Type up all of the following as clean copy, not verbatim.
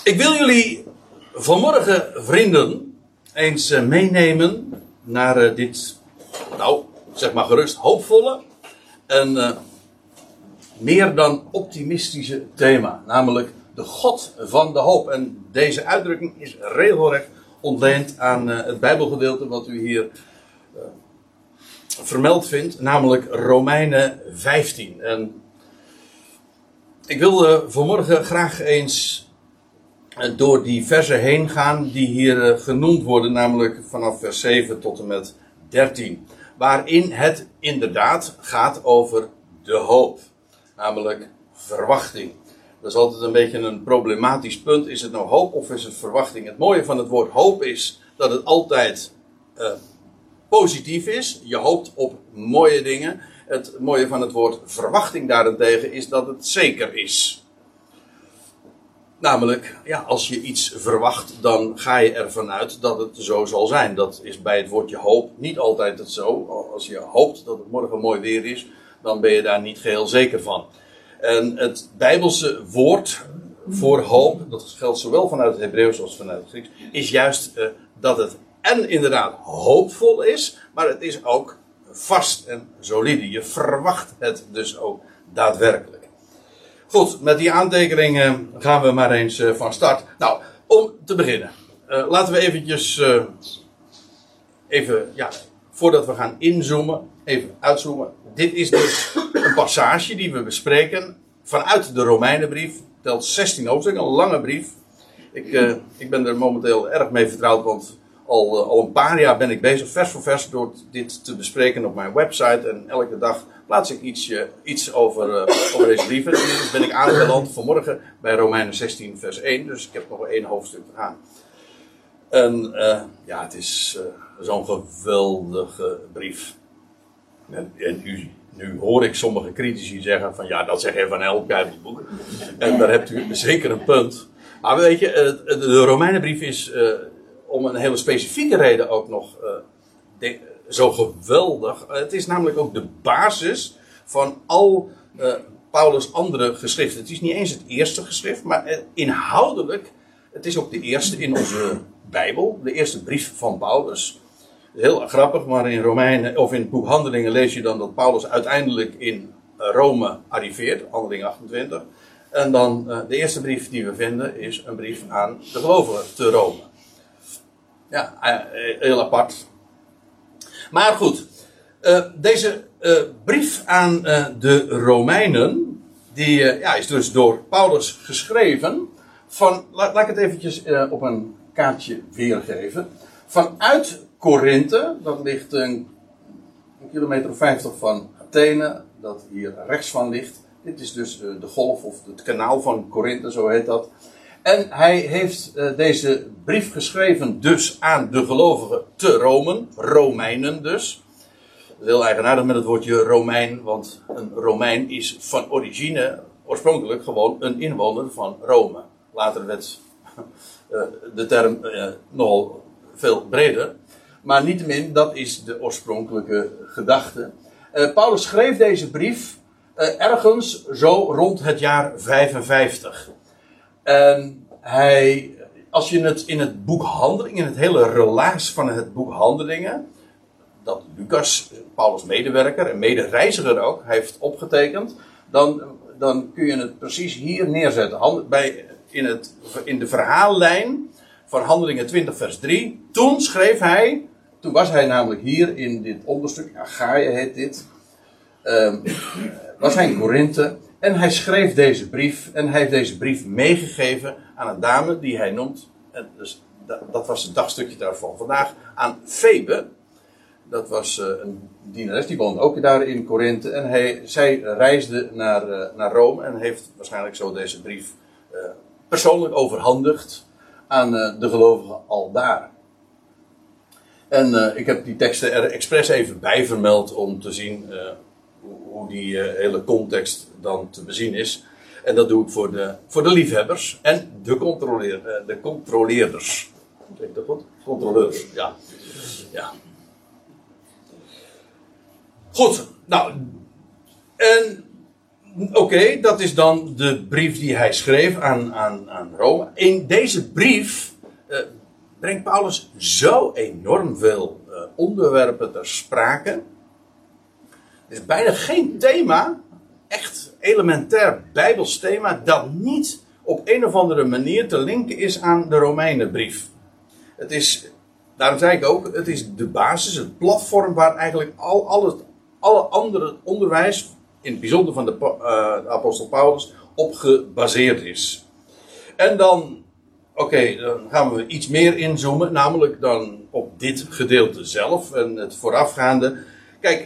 Ik wil jullie vanmorgen, vrienden, eens meenemen naar dit, nou, zeg maar gerust, hoopvolle en meer dan optimistische thema. Namelijk de God van de hoop. En deze uitdrukking is regelrecht ontleend aan het Bijbelgedeelte wat u hier vermeld vindt. Namelijk Romeinen 15. En ik wil vanmorgen graag eens door die versen heen gaan die hier genoemd worden, namelijk vanaf vers 7 tot en met 13. Waarin het inderdaad gaat over de hoop. Namelijk verwachting. Dat is altijd een beetje een problematisch punt. Is het nou hoop of is het verwachting? Het mooie van het woord hoop is dat het altijd positief is. Je hoopt op mooie dingen. Het mooie van het woord verwachting daarentegen is dat het zeker is. Namelijk, ja, als je iets verwacht, dan ga je ervan uit dat het zo zal zijn. Dat is bij het woordje hoop niet altijd het zo. Als je hoopt dat het morgen mooi weer is, dan ben je daar niet geheel zeker van. En het Bijbelse woord voor hoop, dat geldt zowel vanuit het Hebreeuws als vanuit het Grieks, is juist dat het en inderdaad hoopvol is, maar het is ook vast en solide. Je verwacht het dus ook daadwerkelijk. Goed, met die aantekeningen gaan we maar eens van start. Nou, om te beginnen. Laten we eventjes, voordat we gaan inzoomen, even uitzoomen. Dit is dus een passage die we bespreken vanuit de Romeinenbrief. Telt 16 hoofdstukken, een lange brief. Ik ben er momenteel erg mee vertrouwd, want al een paar jaar ben ik bezig, vers voor vers, door dit te bespreken op mijn website. En elke dag plaats ik iets over deze brieven. En dus ben ik aangeland vanmorgen bij Romeinen 16 vers 1. Dus ik heb nog 1 hoofdstuk te gaan. En het is zo'n geweldige brief. En nu hoor ik sommige critici zeggen van ja, dat zeg je van elk Bijbelboek. En daar hebt u zeker een punt. Maar weet je, de Romeinenbrief is om een hele specifieke reden ook nog zo geweldig. Het is namelijk ook de basis van al Paulus' andere geschriften. Het is niet eens het eerste geschrift, maar inhoudelijk, het is ook de eerste in onze Bijbel, de eerste brief van Paulus. Heel grappig, maar in Romeinen of in het boek Handelingen lees je dan dat Paulus uiteindelijk in Rome arriveert, Handelingen 28. En dan de eerste brief die we vinden is een brief aan de gelovigen te Rome. Ja, heel apart. Maar goed, deze brief aan de Romeinen, die is dus door Paulus geschreven. Laat ik het eventjes op een kaartje weergeven. Vanuit Korinthe, dat ligt een kilometer of 50 van Athene, dat hier rechts van ligt. Dit is dus de golf of het kanaal van Korinthe, zo heet dat. En hij heeft deze brief geschreven dus aan de gelovigen te Rome, Romeinen dus. Dat is heel eigenaardig met het woordje Romein, want een Romein is van origine oorspronkelijk gewoon een inwoner van Rome. Later werd de term nogal veel breder. Maar niettemin, dat is de oorspronkelijke gedachte. Paulus schreef deze brief ergens zo rond het jaar 55. Als je het in het boek Handelingen, in het hele relaas van het boek Handelingen, dat Lucas, Paulus' medewerker en medereiziger ook, heeft opgetekend, dan kun je het precies hier neerzetten. In de verhaallijn van Handelingen 20 vers 3. Toen was hij namelijk hier in dit onderstuk, Achaïe heet dit, was hij in Korinthe. En hij schreef deze brief. En hij heeft deze brief meegegeven aan een dame die hij noemt. En dus dat was het dagstukje daarvan vandaag. Aan Febe. Dat was een dienares. Die woonde ook daar in Korinthe. En zij reisde naar Rome. En heeft waarschijnlijk zo deze brief persoonlijk overhandigd aan de gelovigen al daar. En ik heb die teksten er expres even bij vermeld om te zien hoe die hele context dan te bezien is. En dat doe ik voor de liefhebbers en de controleerders. Zeg ik dat goed? Controleurs, ja. Goed, nou. En Oké, dat is dan de brief die hij schreef aan Rome. In deze brief brengt Paulus zo enorm veel onderwerpen ter sprake. Er is bijna geen thema, echt elementair Bijbels thema, dat niet op een of andere manier te linken is aan de Romeinenbrief. Het is, daarom zei ik ook, het is de basis, het platform waar eigenlijk alle andere onderwijs, in het bijzonder van de apostel Paulus, op gebaseerd is. En dan, dan gaan we iets meer inzoomen, namelijk dan op dit gedeelte zelf en het voorafgaande. Kijk,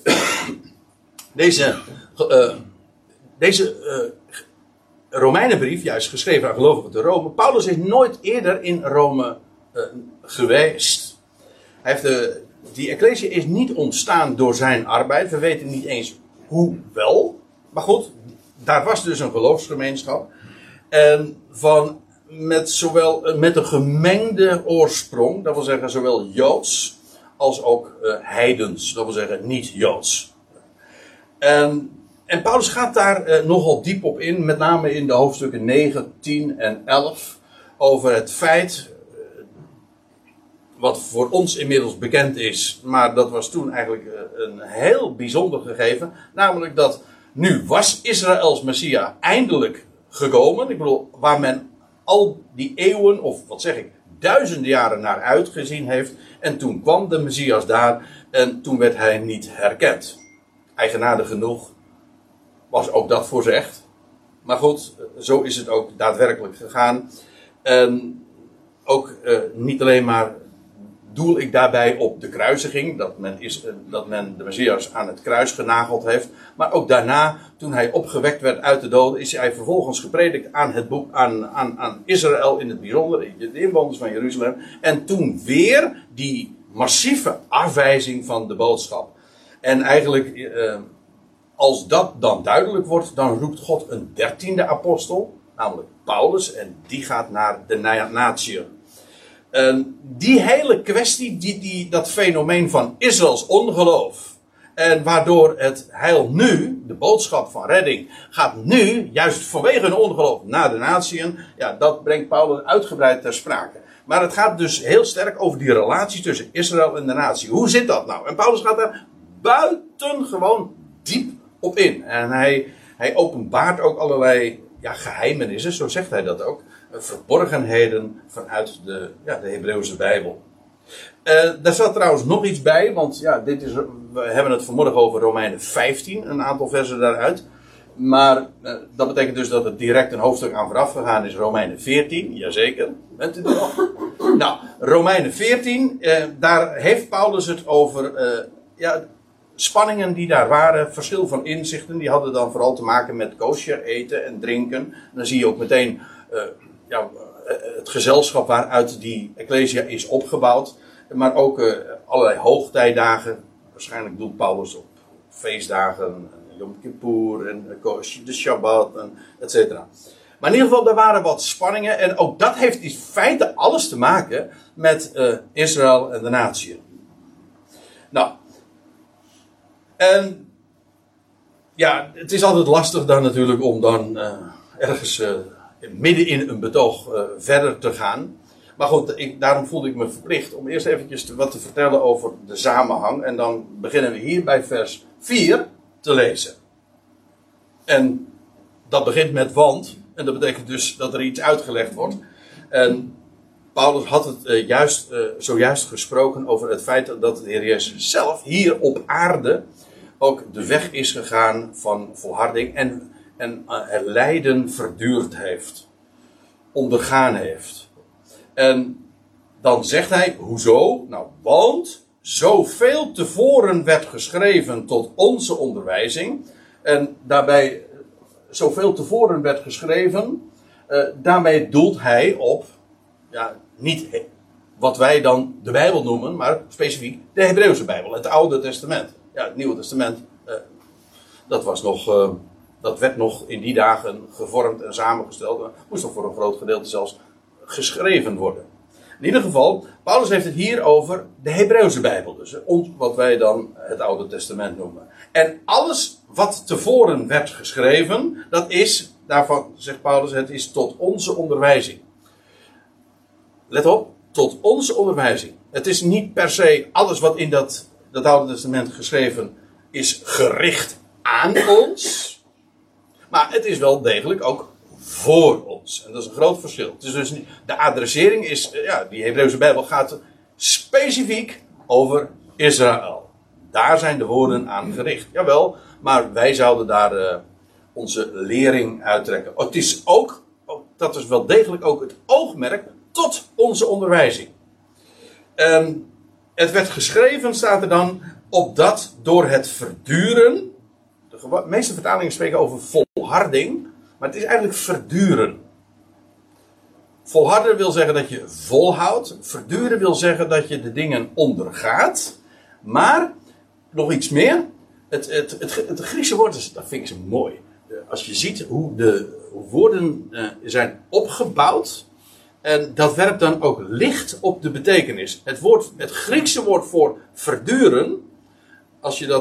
deze Romeinenbrief, juist geschreven aan gelovigen te Rome. Paulus is nooit eerder in Rome geweest. Die Ecclesia is niet ontstaan door zijn arbeid. We weten niet eens hoe wel. Maar goed, daar was dus een geloofsgemeenschap. En met een gemengde oorsprong. Dat wil zeggen zowel Joods als ook heidens. Dat wil zeggen niet Joods. En Paulus gaat daar nogal diep op in. Met name in de hoofdstukken 9, 10 en 11. Over het feit, wat voor ons inmiddels bekend is, maar dat was toen eigenlijk een heel bijzonder gegeven. Namelijk dat nu was Israëls Messia eindelijk gekomen. Ik bedoel, waar men al die eeuwen, of wat zeg ik, duizenden jaren naar uitgezien heeft. En toen kwam de Messias daar en toen werd hij niet herkend. Eigenaardig genoeg was ook dat voorzegd. Maar goed, zo is het ook daadwerkelijk gegaan. En ook niet alleen maar doel ik daarbij op de kruisiging, dat men de Messias aan het kruis genageld heeft. Maar ook daarna, toen hij opgewekt werd uit de doden, is hij vervolgens gepredikt aan Israël in het bijzonder, de inwoners van Jeruzalem. En toen weer die massieve afwijzing van de boodschap. En eigenlijk, als dat dan duidelijk wordt, dan roept God een 13e apostel, namelijk Paulus, en die gaat naar de natieën. Die hele kwestie, dat fenomeen van Israëls ongeloof, en waardoor het heil nu, de boodschap van redding, gaat nu, juist vanwege hun ongeloof, naar de natieën, ja, dat brengt Paulus uitgebreid ter sprake. Maar het gaat dus heel sterk over die relatie tussen Israël en de natie. Hoe zit dat nou? En Paulus gaat daar buitengewoon diep op in. En hij openbaart ook allerlei geheimenissen, zo zegt hij dat ook. Verborgenheden vanuit de Hebreeuwse Bijbel. Daar zat trouwens nog iets bij, want we hebben het vanmorgen over Romeinen 15, een aantal versen daaruit. Maar dat betekent dus dat er direct een hoofdstuk aan vooraf gegaan is, Romeinen 14, jazeker. Bent u er nog? Nou, Romeinen 14, daar heeft Paulus het over spanningen die daar waren, verschil van inzichten, die hadden dan vooral te maken met kosher eten en drinken. En dan zie je ook meteen het gezelschap waaruit die Ecclesia is opgebouwd. Maar ook allerlei hoogtijdagen. Waarschijnlijk doet Paulus op feestdagen, Yom Kippur en de Shabbat, et cetera. Maar in ieder geval, er waren wat spanningen. En ook dat heeft in feite alles te maken met Israël en de natie. Nou. En ja, het is altijd lastig dan natuurlijk om dan ergens midden in een betoog verder te gaan. Maar goed, daarom voelde ik me verplicht om eerst eventjes wat te vertellen over de samenhang. En dan beginnen we hier bij vers 4 te lezen. En dat begint met want. En dat betekent dus dat er iets uitgelegd wordt. En Paulus had het zojuist gesproken over het feit dat de Heer Jezus zelf hier op aarde ook de weg is gegaan van volharding en het lijden verduurd heeft. Ondergaan heeft. En dan zegt hij, hoezo? Nou, want zoveel tevoren werd geschreven tot onze onderwijzing. En daarbij, zoveel tevoren werd geschreven, daarmee doelt hij op, niet wat wij dan de Bijbel noemen, maar specifiek de Hebreeuwse Bijbel, het Oude Testament. Ja, het Nieuwe Testament, dat werd nog in die dagen gevormd en samengesteld. Moest nog voor een groot gedeelte zelfs geschreven worden. In ieder geval, Paulus heeft het hier over de Hebreeuwse Bijbel. Dus wat wij dan het Oude Testament noemen. En alles wat tevoren werd geschreven, dat is, daarvan zegt Paulus, het is tot onze onderwijzing. Let op, tot onze onderwijzing. Het is niet per se alles wat in dat Oude Testament geschreven is gericht aan ons. Maar het is wel degelijk ook voor ons. En dat is een groot verschil. Het is dus niet, de adressering is, die Hebreeuwse Bijbel gaat specifiek over Israël. Daar zijn de woorden aan gericht. Jawel, maar wij zouden daar onze lering uittrekken. Het is ook, dat is wel degelijk ook het oogmerk tot onze onderwijzing. Het werd geschreven, staat er dan, opdat door het verduren. De meeste vertalingen spreken over volharding, maar het is eigenlijk verduren. Volharden wil zeggen dat je volhoudt. Verduren wil zeggen dat je de dingen ondergaat. Maar, nog iets meer. Het Griekse woord, dat vind ik zo mooi. Als je ziet hoe woorden zijn opgebouwd. En dat werpt dan ook licht op de betekenis. Het Griekse woord voor verduren. Als je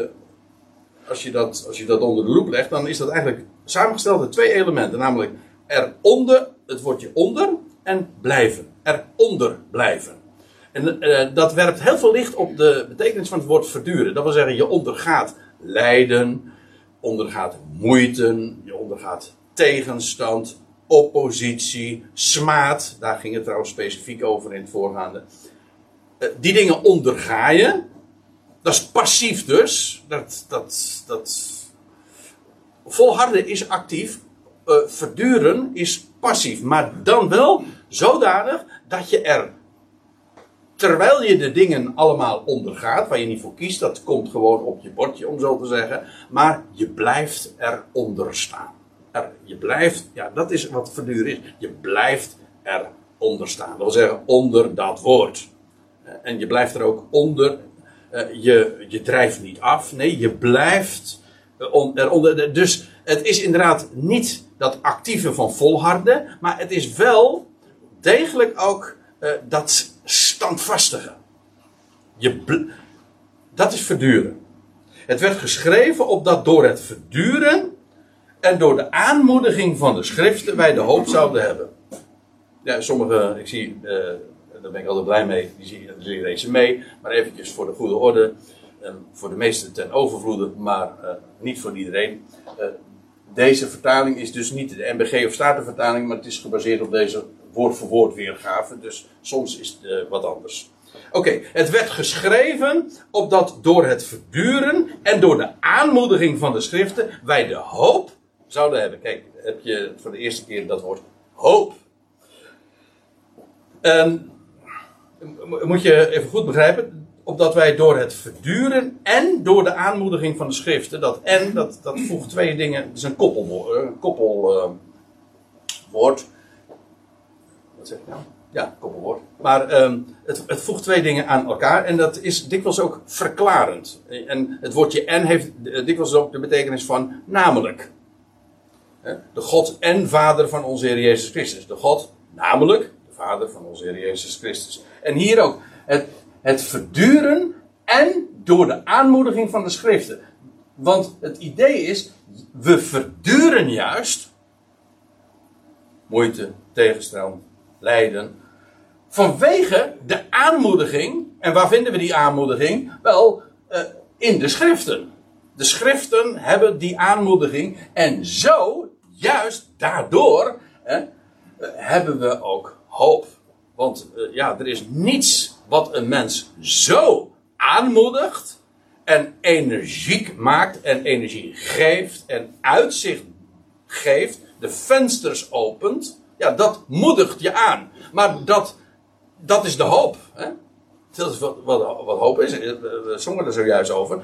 dat onder de loep legt, dan is dat eigenlijk samengesteld uit twee elementen. Namelijk het woordje onder en blijven. Eronder blijven. En dat werpt heel veel licht op de betekenis van het woord verduren. Dat wil zeggen, je ondergaat lijden, ondergaat moeite, je ondergaat tegenstand, oppositie, smaad. Daar ging het trouwens specifiek over in het voorgaande. Die dingen onderga je. Dat is passief dus. Volharden is actief. Verduren is passief. Maar dan wel zodanig dat je terwijl je de dingen allemaal ondergaat, waar je niet voor kiest, dat komt gewoon op je bordje om zo te zeggen. Maar je blijft eronder staan. Dat is wat verduren is. Je blijft eronder staan. Dat wil zeggen, onder dat woord. En je blijft er ook onder. Je drijft niet af. Nee, je blijft eronder. Dus het is inderdaad niet dat actieve van volharden. Maar het is wel degelijk ook dat standvastige. Dat is verduren. Het werd geschreven opdat door het verduren en door de aanmoediging van de schriften wij de hoop zouden hebben. Ja, sommige, ik zie, daar ben ik altijd blij mee, die lezen mee. Maar eventjes voor de goede orde. Voor de meesten ten overvloede, maar niet voor iedereen. Deze vertaling is dus niet de NBG of Statenvertaling, maar het is gebaseerd op deze woord voor woord weergave. Dus soms is het wat anders. Oké, het werd geschreven opdat door het verduren en door de aanmoediging van de schriften wij de hoop zouden hebben. Kijk, heb je voor de eerste keer dat woord hoop. Moet je even goed begrijpen, opdat wij door het verduren en door de aanmoediging van de schriften, dat voegt twee dingen, het is een koppelwoord. Wat zeg ik nou? Ja, koppelwoord. Maar het voegt twee dingen aan elkaar en dat is dikwijls ook verklarend. En het woordje en heeft dikwijls ook de betekenis van namelijk. De God en Vader van onze Heer Jezus Christus. De God, namelijk de Vader van onze Heer Jezus Christus. En hier ook het verduren en door de aanmoediging van de schriften. Want het idee is, we verduren juist moeite, tegenstand, lijden, vanwege de aanmoediging. En waar vinden we die aanmoediging? Wel, in de schriften. De schriften hebben die aanmoediging. En zo, juist daardoor, hebben we ook hoop. Want er is niets wat een mens zo aanmoedigt en energiek maakt en energie geeft en uitzicht geeft, de vensters opent. Ja, dat moedigt je aan. Maar dat is de hoop. Hè? Dat is wat hoop is. We zongen er zojuist over.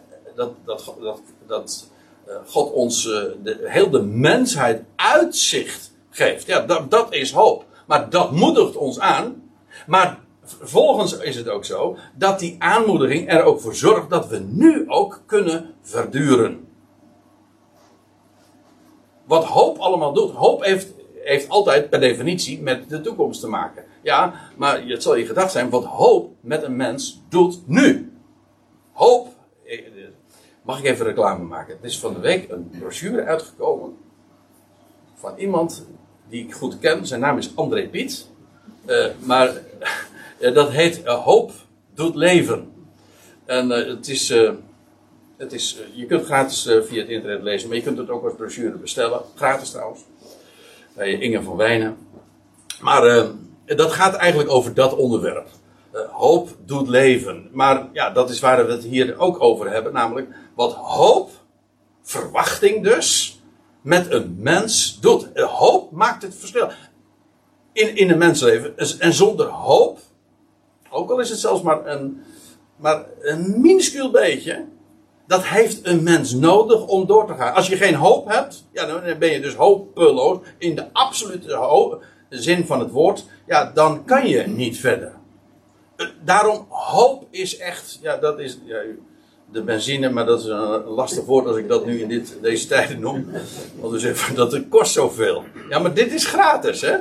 Dat God ons heel de mensheid uitzicht geeft. Ja, dat is hoop. Maar dat moedigt ons aan. Maar vervolgens is het ook zo dat die aanmoediging er ook voor zorgt dat we nu ook kunnen verduren. Wat hoop allemaal doet. Hoop heeft altijd per definitie met de toekomst te maken. Ja, maar het zal je gedacht zijn wat hoop met een mens doet nu. Hoop. Mag ik even reclame maken? Er is van de week een brochure uitgekomen van iemand die ik goed ken. Zijn naam is André Piet. Maar dat heet Hoop doet leven. En het is, je kunt gratis via het internet lezen, maar je kunt het ook als brochure bestellen. Gratis trouwens. Bij Inge van Wijnen. Maar dat gaat eigenlijk over dat onderwerp. Hoop doet leven. Maar ja, dat is waar we het hier ook over hebben. Namelijk wat hoop, verwachting dus, met een mens doet. Hoop maakt het verschil. In een mensleven. En zonder hoop, ook al is het zelfs maar een minuscuul beetje, dat heeft een mens nodig om door te gaan. Als je geen hoop hebt, ja, dan ben je dus hopeloos. In de absolute zin van het woord, ja, dan kan je niet verder. Daarom, hoop is echt, ja, dat is de benzine, maar dat is een lastig woord als ik dat nu in deze tijden noem. Want we zeggen dat het kost zoveel. Ja, maar dit is gratis, hè?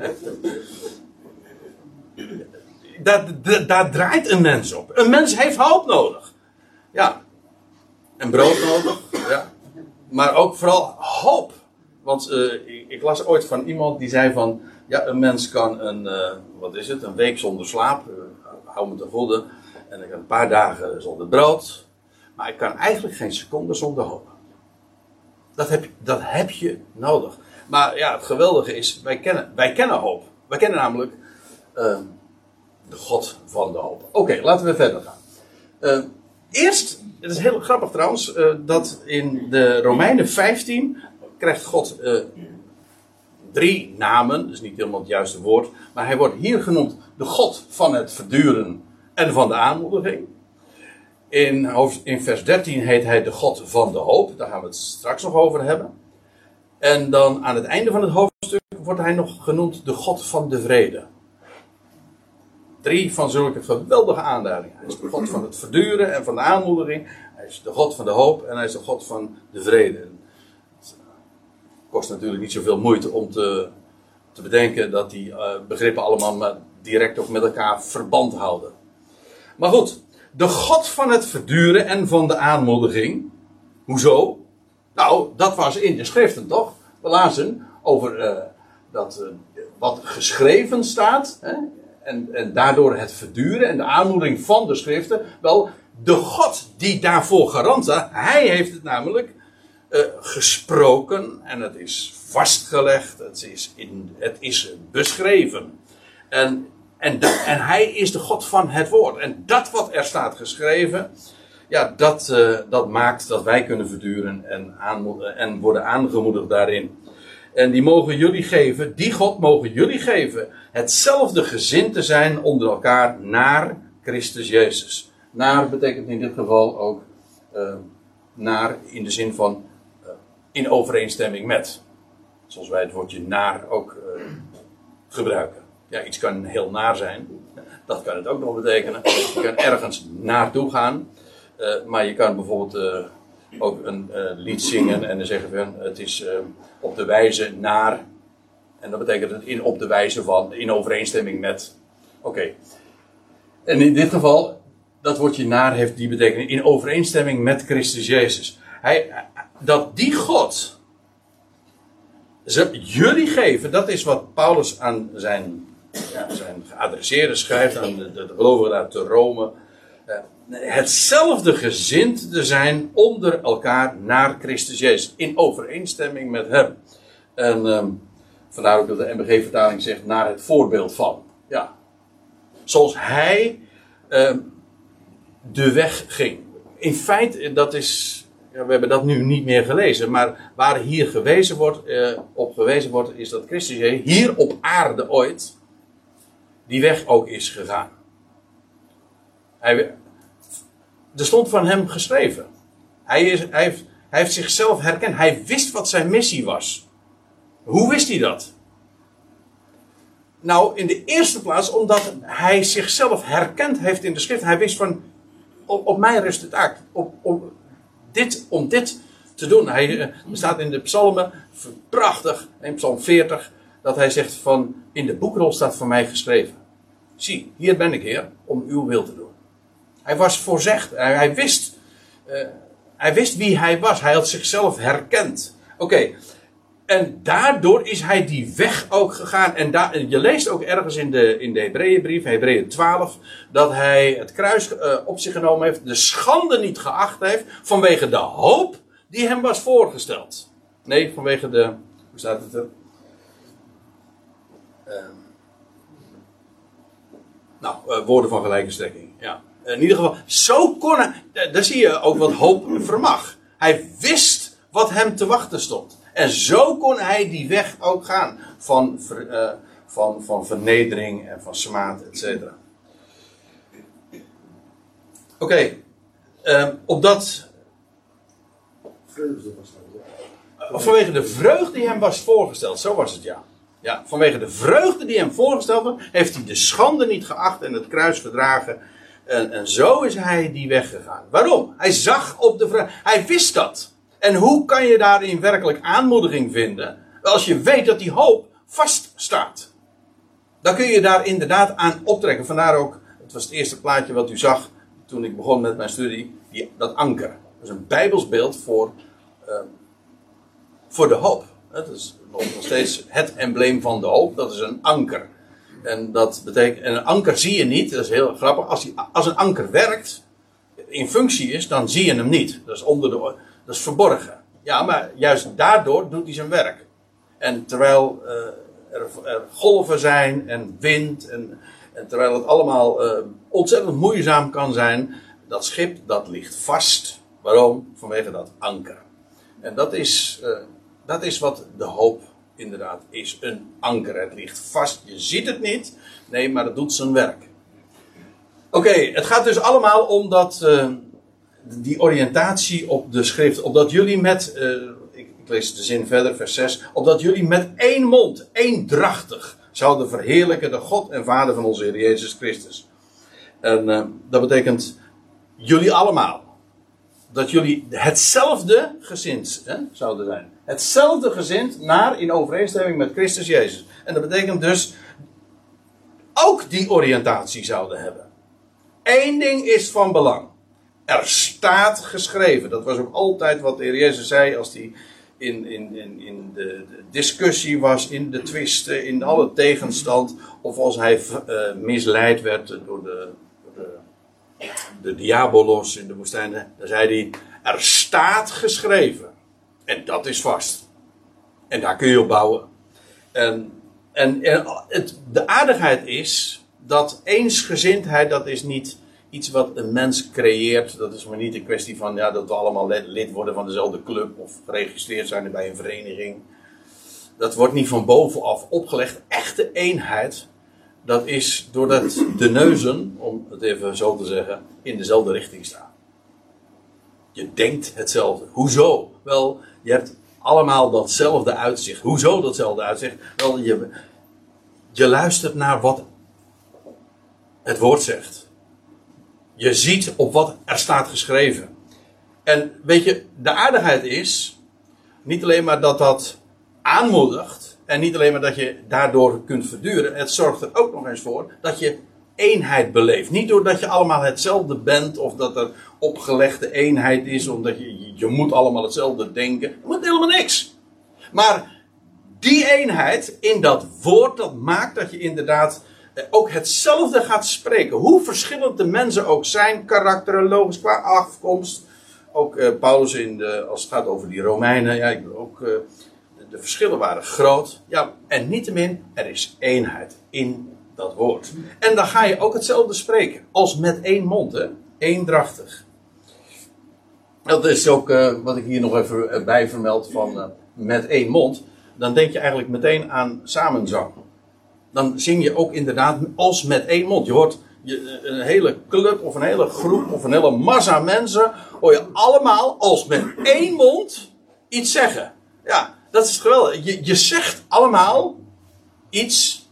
Daar draait een mens op. Een mens heeft hoop nodig. Ja. En brood nodig. Ja. Maar ook vooral hoop. Want ik las ooit van iemand die zei van, ja, een mens kan een week zonder slaap, hou me te goede, en ik kan een paar dagen zonder brood, maar ik kan eigenlijk geen seconde zonder hoop. Dat heb je nodig. Maar ja, het geweldige is, wij kennen hoop. Wij kennen namelijk de God van de hoop. Oké, laten we verder gaan. Eerst, het is heel grappig trouwens, dat in de Romeinen 15 krijgt God 3 namen, dat is niet helemaal het juiste woord, maar hij wordt hier genoemd de God van het verduren en van de aanmoediging. In vers 13 heet hij de God van de hoop, daar gaan we het straks nog over hebben. En dan aan het einde van het hoofdstuk wordt hij nog genoemd de God van de vrede. 3 van zulke geweldige aanduidingen. Hij is de God van het verduren en van de aanmoediging. Hij is de God van de hoop en hij is de God van de vrede. Het kost natuurlijk niet zoveel moeite om te bedenken dat die begrippen allemaal direct ook met elkaar verband houden. Maar goed, de God van het verduren en van de aanmoediging. Hoezo? Nou, dat was in de schriften toch? We lazen over wat geschreven staat. Hè? En daardoor het verduren en de aanmoediging van de schriften. Wel, de God die daarvoor garant staat, hij heeft het namelijk gesproken. En het is vastgelegd. Het is beschreven. En hij is de God van het woord. En dat wat er staat geschreven, ja, dat maakt dat wij kunnen verduren en worden aangemoedigd daarin. En die mogen jullie geven, die God mogen jullie geven, hetzelfde gezin te zijn onder elkaar naar Christus Jezus. Naar betekent in dit geval ook naar in de zin van in overeenstemming met. Zoals wij het woordje naar ook gebruiken. Ja, iets kan heel naar zijn. Dat kan het ook nog betekenen. Je kan ergens naartoe gaan. Maar je kan bijvoorbeeld ook een lied zingen en dan zeggen we het is op de wijze naar. En dat betekent het op de wijze van, in overeenstemming met. Oké. En in dit geval, dat woordje naar heeft die betekenis in overeenstemming met Christus Jezus. Dat die God jullie geven, dat is wat Paulus aan zijn geadresseerde schrijft, aan de gelovigen uit Rome. Hetzelfde gezind te zijn onder elkaar naar Christus Jezus. In overeenstemming met hem. En vandaar ook dat de MBG-vertaling zegt naar het voorbeeld van. Ja. Zoals hij de weg ging. In feite, dat is. Ja, we hebben dat nu niet meer gelezen. Maar waar hier op gewezen wordt, is dat Christus Jezus hier op aarde ooit die weg ook is gegaan. Er stond van hem geschreven. Hij heeft zichzelf herkend. Hij wist wat zijn missie was. Hoe wist hij dat? Nou, in de eerste plaats omdat hij zichzelf herkend heeft in de schrift. Hij wist van, op mij rust de taak. Om dit te doen. Er staat in de psalmen, prachtig, in psalm 40. dat hij zegt van, in de boekrol staat van mij geschreven. Zie, hier ben ik, Heer, om uw wil te doen. Hij was voorzegd. Hij wist wie hij was. Hij had zichzelf herkend. Oké. En daardoor is hij die weg ook gegaan. En je leest ook ergens in de Hebreeënbrief, Hebreeën 12, dat hij het kruis op zich genomen heeft, de schande niet geacht heeft, vanwege de hoop die hem was voorgesteld. Nee, vanwege de, hoe staat het er? Woorden van gelijke strekking. Ja. In ieder geval, zo kon hij, daar zie je ook wat hoop vermag. Hij wist wat hem te wachten stond. En zo kon hij die weg ook gaan. Van vernedering en van smaad, et cetera. Oké. Opdat... Vreugde was dat. Vanwege de vreugde die hem was voorgesteld. Zo was het, ja. Ja, vanwege de vreugde die hem voorgesteld was, heeft hij de schande niet geacht en het kruis verdragen. En zo is hij die weg gegaan. Waarom? Hij zag op de vreugde. Hij wist dat. En hoe kan je daarin werkelijk aanmoediging vinden? Als je weet dat die hoop vaststaat. Dan kun je daar inderdaad aan optrekken. Vandaar ook, het was het eerste plaatje wat u zag toen ik begon met mijn studie. Dat anker. Dat is een Bijbels beeld voor de hoop. Het is nog steeds het embleem van de hoop. Dat is een anker. En dat betekent, en een anker zie je niet. Dat is heel grappig. Als een anker werkt, in functie is, dan zie je hem niet. Dat is dat is verborgen. Ja, maar juist daardoor doet hij zijn werk. En terwijl er golven zijn en wind en terwijl het allemaal ontzettend moeizaam kan zijn, dat schip dat ligt vast. Waarom? Vanwege dat anker. En dat is wat de hoop inderdaad is. Een anker. Het ligt vast. Je ziet het niet. Nee, maar het doet zijn werk. Oké, het gaat dus allemaal om die oriëntatie op de schrift. Opdat jullie ik lees de zin verder, vers 6. Opdat jullie met één mond, eendrachtig, zouden verheerlijken de God en Vader van onze Heer Jezus Christus. En dat betekent jullie allemaal. Dat jullie hetzelfde gezind zouden zijn. Hetzelfde gezind in overeenstemming met Christus Jezus. En dat betekent dus ook die oriëntatie zouden hebben. Eén ding is van belang. Er staat geschreven. Dat was ook altijd wat de Heer Jezus zei als hij in de discussie was, in de twisten, in alle tegenstand. Of als hij misleid werd door de diabolos in de woestijn. Dan zei hij, er staat geschreven. En dat is vast. En daar kun je op bouwen. De aardigheid is dat eensgezindheid, dat is niet iets wat een mens creëert. Dat is maar niet een kwestie van dat we allemaal lid worden van dezelfde club of geregistreerd zijn bij een vereniging. Dat wordt niet van bovenaf opgelegd. Echte eenheid, dat is doordat de neuzen, om het even zo te zeggen, in dezelfde richting staan. Je denkt hetzelfde. Hoezo? Wel, je hebt allemaal datzelfde uitzicht. Hoezo datzelfde uitzicht? Wel, je luistert naar wat het woord zegt. Je ziet op wat er staat geschreven. En weet je, de aardigheid is niet alleen maar dat aanmoedigt. En niet alleen maar dat je daardoor kunt verduren. Het zorgt er ook nog eens voor dat je eenheid beleeft. Niet doordat je allemaal hetzelfde bent. Of dat er opgelegde eenheid is. Omdat je moet allemaal hetzelfde denken. Je moet helemaal niks. Maar die eenheid in dat woord, dat maakt dat je inderdaad ook hetzelfde gaat spreken. Hoe verschillend de mensen ook zijn. Karakterologisch, qua afkomst. Ook Paulus als het gaat over die Romeinen. Ja, ik bedoel ook... de verschillen waren groot. Ja, en niettemin, er is eenheid in dat woord. En dan ga je ook hetzelfde spreken. Als met één mond, hè. Eendrachtig. Dat is ook wat ik hier nog even bij vermeld van met één mond. Dan denk je eigenlijk meteen aan samenzang. Dan zing je ook inderdaad als met één mond. Je hoort een hele club of een hele groep of een hele massa mensen. Hoor je allemaal als met één mond iets zeggen. Ja, dat is geweldig. Je zegt allemaal iets.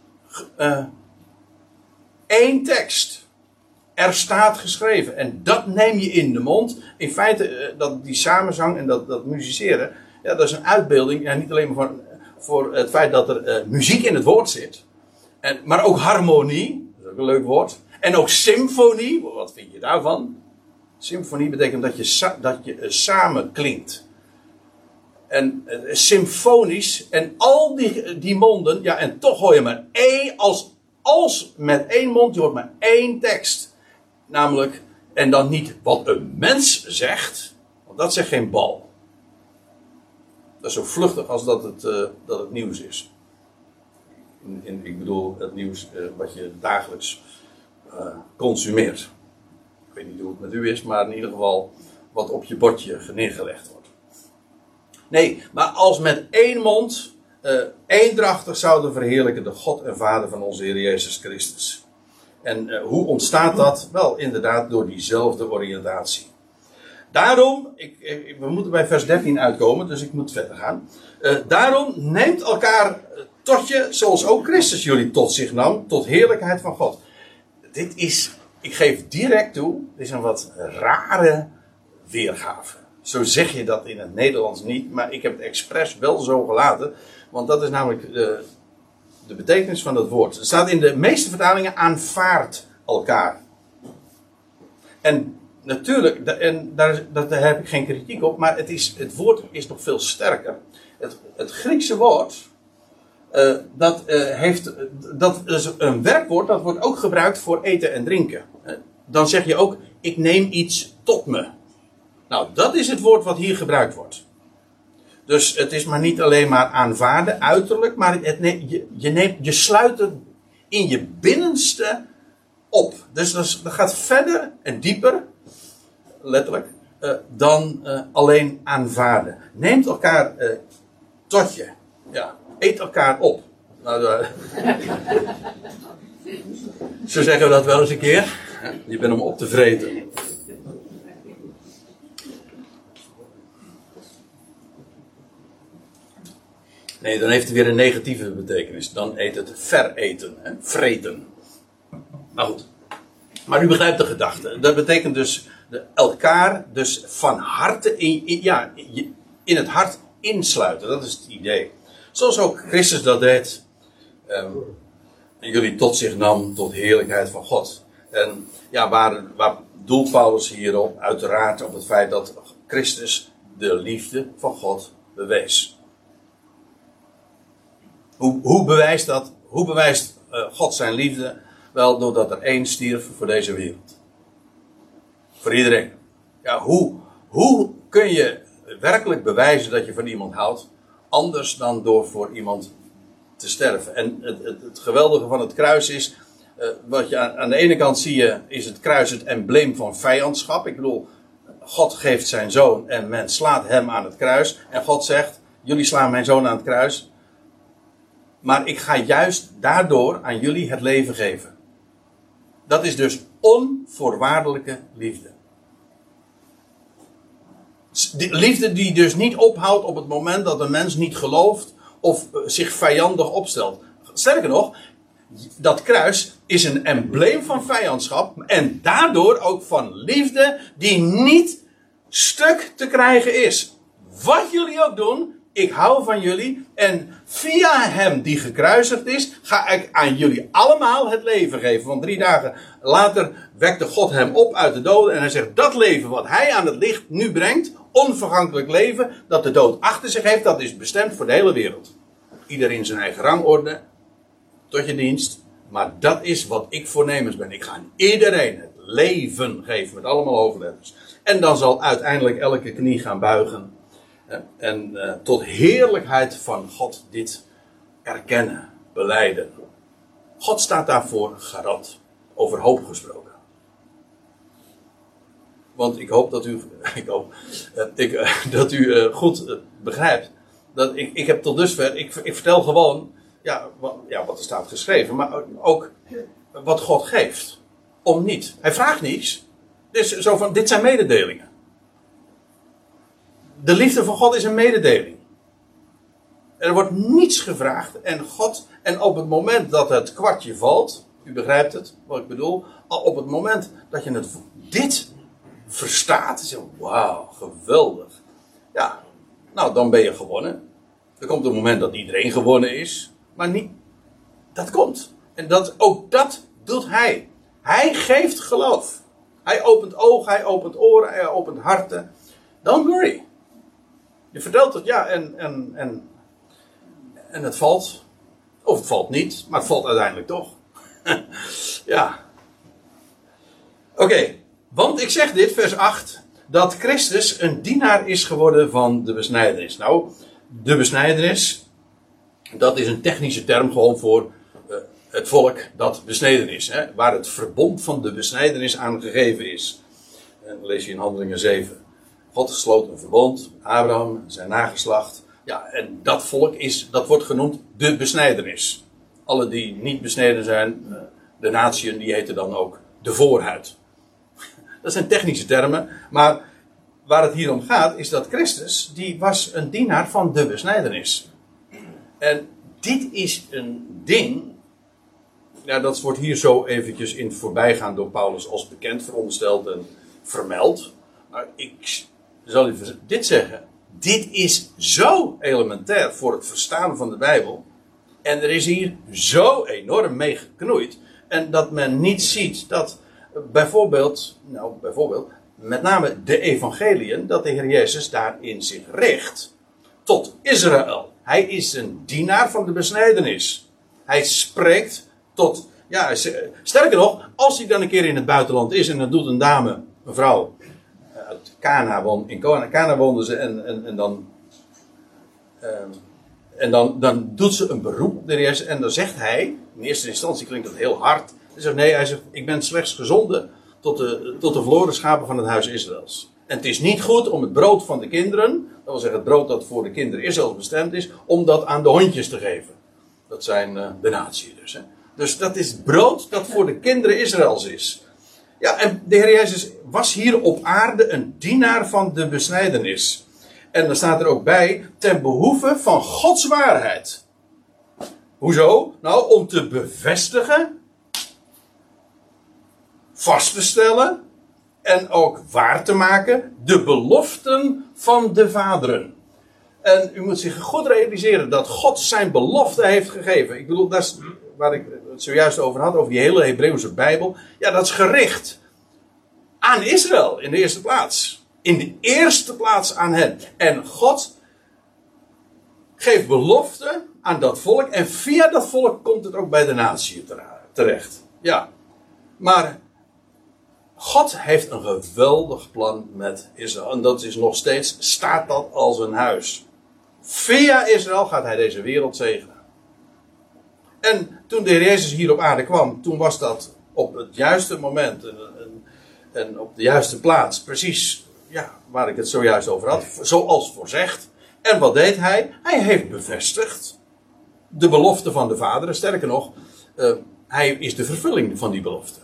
Één tekst. Er staat geschreven. En dat neem je in de mond. In feite, die samenzang en dat musiceren. Ja, dat is een uitbeelding. Ja, niet alleen maar voor het feit dat er muziek in het woord zit. Maar ook harmonie, dat is ook een leuk woord. En ook symfonie, wat vind je daarvan? Symfonie betekent dat je samen klinkt. En symfonisch, en al die monden, ja, en toch hoor je maar één, als met één mond, je hoort maar één tekst. Namelijk, en dan niet wat een mens zegt, want dat zegt geen bal. Dat is zo vluchtig als dat het nieuws is. Ik bedoel het nieuws wat je dagelijks consumeert. Ik weet niet hoe het met u is, maar in ieder geval wat op je bordje neergelegd wordt. Nee, maar als met één mond eendrachtig zouden verheerlijken de God en Vader van onze Heer Jezus Christus. En hoe ontstaat dat? Wel, inderdaad door diezelfde oriëntatie. Daarom, we moeten bij vers 13 uitkomen, dus ik moet verder gaan. Daarom neemt elkaar tot je, zoals ook Christus jullie tot zich nam, tot heerlijkheid van God. Dit is, ik geef direct toe, dit is een wat rare weergave. Zo zeg je dat in het Nederlands niet, maar ik heb het expres wel zo gelaten. Want dat is namelijk de betekenis van het woord. Er staat in de meeste vertalingen aanvaardt elkaar. En natuurlijk, daar heb ik geen kritiek op, maar het woord is nog veel sterker. Het Griekse woord, dat is een werkwoord, dat wordt ook gebruikt voor eten en drinken. Dan zeg je ook, ik neem iets tot me. Nou, dat is het woord wat hier gebruikt wordt. Dus het is maar niet alleen maar aanvaarden, uiterlijk, maar je sluit het in je binnenste op. Dus dat gaat verder en dieper, letterlijk, dan alleen aanvaarden. Neemt elkaar tot je. Ja, eet elkaar op. Nou, zo zeggen we dat wel eens een keer. Je bent om op te vreten. Nee, dan heeft het weer een negatieve betekenis. Dan heet het vereten, hè? Vreten. Maar goed. Maar u begrijpt de gedachte. Dat betekent dus elkaar dus van harte in het hart insluiten. Dat is het idee. Zoals ook Christus dat deed. En jullie tot zich nam tot heerlijkheid van God. En ja, waar doelt Paulus hierop? Uiteraard op het feit dat Christus de liefde van God bewees. Hoe bewijst dat? Hoe bewijst God zijn liefde? Wel, doordat er één stierf voor deze wereld. Voor iedereen. Ja, hoe kun je werkelijk bewijzen dat je van iemand houdt? Anders dan door voor iemand te sterven. En het geweldige van het kruis is, wat je aan de ene kant zie je, is het kruis het embleem van vijandschap. Ik bedoel, God geeft zijn zoon en men slaat hem aan het kruis. En God zegt, jullie slaan mijn zoon aan het kruis. Maar ik ga juist daardoor aan jullie het leven geven. Dat is dus onvoorwaardelijke liefde. Liefde die dus niet ophoudt op het moment dat een mens niet gelooft of zich vijandig opstelt. Sterker nog, dat kruis is een embleem van vijandschap en daardoor ook van liefde die niet stuk te krijgen is. Wat jullie ook doen, ik hou van jullie en via hem die gekruisigd is, ga ik aan jullie allemaal het leven geven. Want 3 dagen later wekte God hem op uit de doden en hij zegt, dat leven wat hij aan het licht nu brengt, onvergankelijk leven, dat de dood achter zich heeft, dat is bestemd voor de hele wereld. Ieder in zijn eigen rangorde, tot je dienst. Maar dat is wat ik voornemens ben. Ik ga aan iedereen het leven geven, met allemaal hoofdletters. En dan zal uiteindelijk elke knie gaan buigen. En tot heerlijkheid van God dit erkennen, belijden. God staat daarvoor garant. Over hoop gesproken. Want ik hoop dat u goed begrijpt. Dat ik heb tot dusver, ik vertel gewoon wat er staat geschreven. Maar ook wat God geeft. Om niet. Hij vraagt niets. Dus zo van, dit zijn mededelingen. De liefde van God is een mededeling. Er wordt niets gevraagd. En op het moment dat het kwartje valt. U begrijpt het, wat ik bedoel. Op het moment dat je dit verstaat. Wauw, geweldig. Ja, nou dan ben je gewonnen. Er komt een moment dat iedereen gewonnen is. Maar niet. Dat komt. En ook dat doet hij. Hij geeft geloof. Hij opent ogen, hij opent oren, hij opent harten. Don't worry. Je vertelt het, ja, en het valt. Of het valt niet, maar het valt uiteindelijk toch. Ja. Oké, want ik zeg dit, vers 8, dat Christus een dienaar is geworden van de besnijdenis. Nou, de besnijdenis, dat is een technische term gewoon voor het volk dat besneden is. Hè, waar het verbond van de besnijdenis aan gegeven is. En dan lees je in Handelingen 7. God sloot een verbond, Abraham, zijn nageslacht. Ja, en dat volk dat wordt genoemd de besnijdenis. Alle die niet besneden zijn, de natieën, die heten dan ook de voorhuid. Dat zijn technische termen, maar waar het hier om gaat is dat Christus, die was een dienaar van de besnijdenis. En dit is een ding, ja, dat wordt hier zo eventjes in het voorbijgaan door Paulus als bekend verondersteld en vermeld. Maar ik zal u dit zeggen, dit is zo elementair voor het verstaan van de Bijbel. En er is hier zo enorm mee geknoeid. En dat men niet ziet dat bijvoorbeeld, met name de evangeliën, dat de Heer Jezus daarin zich richt tot Israël. Hij is een dienaar van de besnijdenis. Hij spreekt tot, ja, sterker nog, als hij dan een keer in het buitenland is en dan doet een dame, een vrouw, uit Cana, in Cana woonden ze en dan doet ze een beroep op de Heer Jezus en dan zegt hij, in eerste instantie klinkt dat heel hard. Hij zegt, ik ben slechts gezonden tot de verloren schapen van het huis Israëls. En het is niet goed om het brood van de kinderen, dat wil zeggen het brood dat voor de kinderen Israëls bestemd is, om dat aan de hondjes te geven. Dat zijn de natie dus. Hè. Dus dat is brood dat voor de kinderen Israëls is. Ja, en de Heer Jezus was hier op aarde een dienaar van de besnijdenis. En dan staat er ook bij, ten behoeve van Gods waarheid. Hoezo? Nou, om te bevestigen, vast te stellen en ook waar te maken de beloften van de vaderen. En u moet zich goed realiseren dat God zijn belofte heeft gegeven. Ik bedoel, dat is waar ik het zojuist over had, over die hele Hebreeuwse Bijbel. Ja, dat is gericht aan Israël in de eerste plaats. In de eerste plaats aan hen. En God geeft belofte aan dat volk. En via dat volk komt het ook bij de natie terecht. Ja. Maar God heeft een geweldig plan met Israël. En dat is nog steeds, staat dat als een huis. Via Israël gaat hij deze wereld zegenen. En toen de Heer Jezus hier op aarde kwam, toen was dat op het juiste moment en op de juiste plaats. Precies, ja, waar ik het zojuist over had. Zoals voorzegd. En wat deed hij? Hij heeft bevestigd de belofte van de vaderen. Sterker nog, hij is de vervulling van die belofte.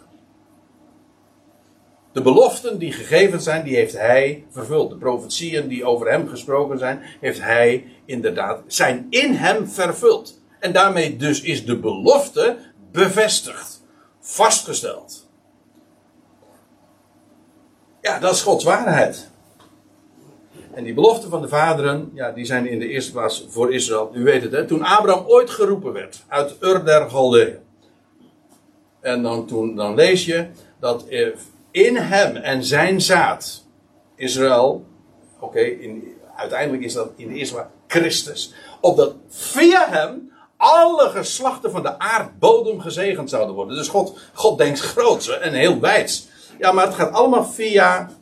De beloften die gegeven zijn, die heeft hij vervuld. De profetieën die over hem gesproken zijn, heeft hij inderdaad, zijn in hem vervuld. En daarmee dus is de belofte bevestigd. Vastgesteld. Ja, dat is Gods waarheid. En die beloften van de vaderen, ja, die zijn in de eerste plaats voor Israël. U weet het, hè. Toen Abraham ooit geroepen werd uit Ur der Galdeeën. En dan lees je dat in hem en zijn zaad, Israël, uiteindelijk is dat in de eerste plaats Christus, opdat via hem alle geslachten van de aardbodem gezegend zouden worden. Dus God denkt groots en heel wijds. Ja, maar het gaat allemaal via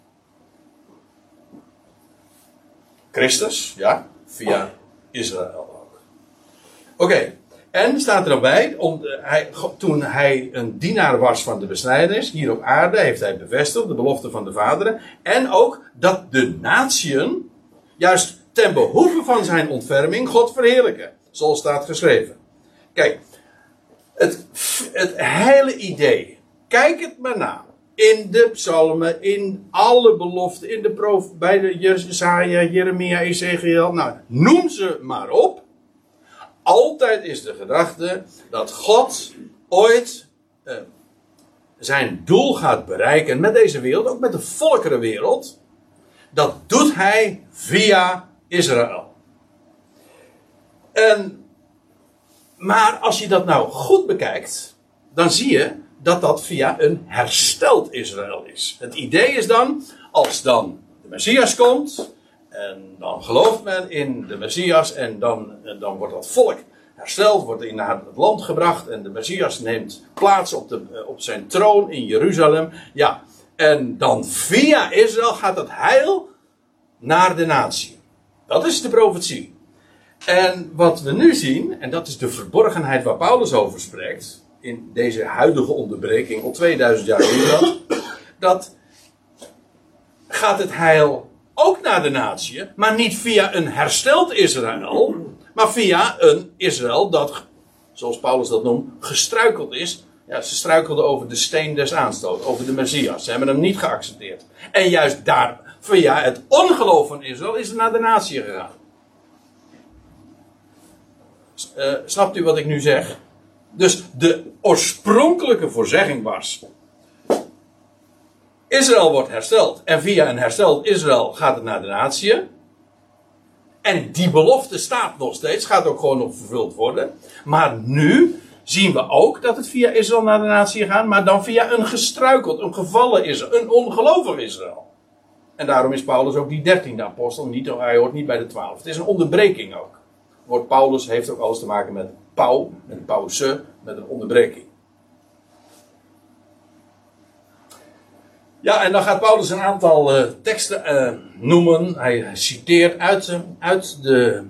Christus, ja, via Israël ook. Oké. En staat er ook bij, toen hij een dienaar was van de besnijdenis, hier op aarde, heeft hij bevestigd de belofte van de vaderen. En ook dat de natieën, juist ten behoeve van zijn ontferming, God verheerlijken. Zoals staat geschreven. Kijk, het hele idee, kijk het maar na. In de psalmen, in alle beloften, bij de Jesaja, Jeremia, Ezekiel, nou, noem ze maar op. Altijd is de gedachte dat God ooit zijn doel gaat bereiken met deze wereld, ook met de volkerenwereld. Dat doet hij via Israël. Maar als je dat nou goed bekijkt, dan zie je dat dat via een hersteld Israël is. Het idee is dan, als dan de Messias komt, en dan gelooft men in de Messias, en dan wordt dat volk hersteld, wordt naar het land gebracht, en de Messias neemt plaats op zijn troon in Jeruzalem. Ja, en dan via Israël gaat het heil naar de natie. Dat is de profetie. En wat we nu zien, en dat is de verborgenheid waar Paulus over spreekt, in deze huidige onderbreking, al 2000 jaar geleden, dat gaat het heil ook naar de natie, maar niet via een hersteld Israël, maar via een Israël dat, zoals Paulus dat noemt, gestruikeld is. Ja, ze struikelden over de steen des aanstoot, over de Messias. Ze hebben hem niet geaccepteerd. En juist daar, via het ongeloof van Israël, is het naar de natie gegaan. Snapt u wat ik nu zeg? Dus de oorspronkelijke voorzegging was: Israël wordt hersteld. En via een hersteld Israël gaat het naar de natie. En die belofte staat nog steeds. Gaat ook gewoon nog vervuld worden. Maar nu zien we ook dat het via Israël naar de natie gaat. Maar dan via een gestruikeld, een gevallen Israël. Een ongelovig Israël. En daarom is Paulus ook die 13e apostel. Hij hoort niet bij de 12. Het is een onderbreking ook. Het woord Paulus heeft ook alles te maken met pau, met pauze, met een onderbreking. Ja, en dan gaat Paulus een aantal teksten noemen. Hij citeert uit de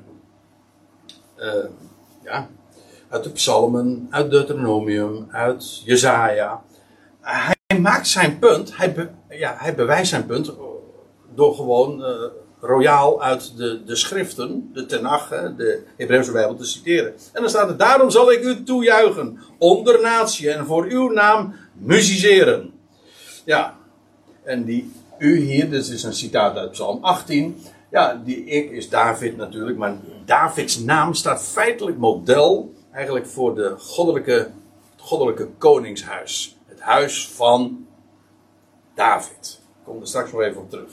psalmen, uit Deuteronomium, uit Jesaja. Hij maakt zijn punt, hij bewijst zijn punt door gewoon royaal uit de schriften, de Tenach, de Hebreeuwse Bijbel, te citeren. En dan staat er: daarom zal ik u toejuichen onder natie en voor uw naam musiceren. Ja, en die u hier, dit is een citaat uit Psalm 18. Ja, die ik is David natuurlijk, maar Davids naam staat feitelijk model eigenlijk voor de goddelijke koningshuis. Het huis van David. Ik kom er straks nog even op terug.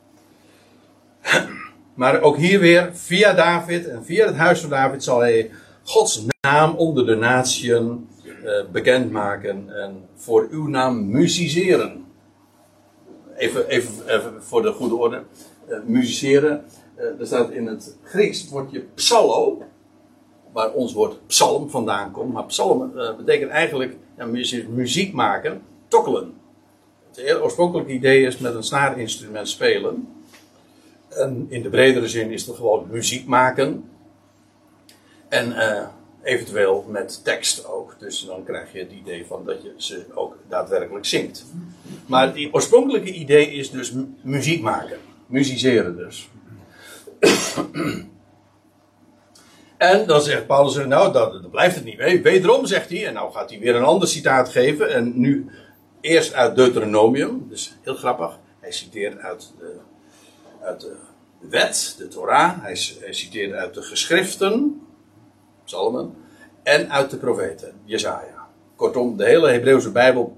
Maar ook hier weer, via David en via het huis van David zal hij Gods naam onder de natieën bekendmaken en voor uw naam musiceren. Even voor de goede orde. Musiceren, er staat in het Grieks het woordje psallo, waar ons woord psalm vandaan komt. Maar psalm betekent eigenlijk muziek maken, tokkelen. Het oorspronkelijke idee is met een snaarinstrument spelen. En in de bredere zin is het gewoon muziek maken. En eventueel met tekst ook. Dus dan krijg je het idee van dat je ze ook daadwerkelijk zingt. Maar het oorspronkelijke idee is dus muziek maken. Musiceren dus. En dan zegt Paulus, nou dat blijft het niet mee. Wederom zegt hij, en nou gaat hij weer een ander citaat geven. En nu eerst uit Deuteronomium. Dus heel grappig. Hij citeert uit de wet, de Torah. Hij citeert uit de geschriften, psalmen. En uit de profeten, Jesaja. Kortom, de hele Hebreeuwse Bijbel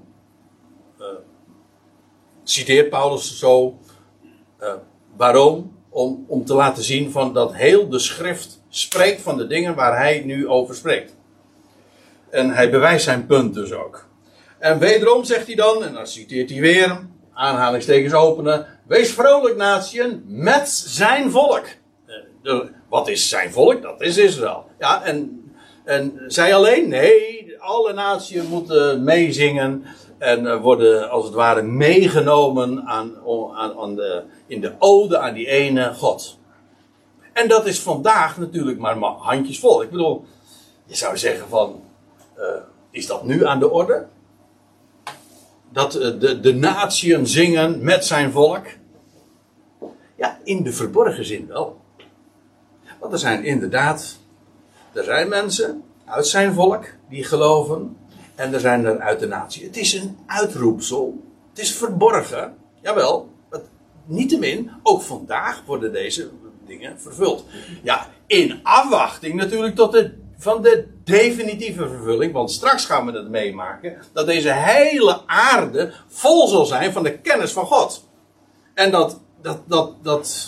citeert Paulus zo. Waarom? Om te laten zien van dat heel de schrift spreekt van de dingen waar hij nu over spreekt. En hij bewijst zijn punt dus ook. En wederom zegt hij dan, en dan citeert hij weer, aanhalingstekens openen: wees vrolijk natieën met zijn volk. Wat is zijn volk? Dat is Israël. Ja, en zij alleen? Nee, alle naties moeten meezingen en worden als het ware meegenomen in de ode aan die ene God. En dat is vandaag natuurlijk maar handjesvol. Ik bedoel, je zou zeggen van, is dat nu aan de orde? Dat de natieën zingen met zijn volk? Ja, in de verborgen zin wel. Want er zijn mensen uit zijn volk die geloven. En er zijn er uit de natie. Het is een uitroepsel. Het is verborgen. Jawel. Niettemin, ook vandaag worden deze dingen vervuld. Ja, in afwachting natuurlijk van de definitieve vervulling. Want straks gaan we het meemaken. Dat deze hele aarde vol zal zijn van de kennis van God. En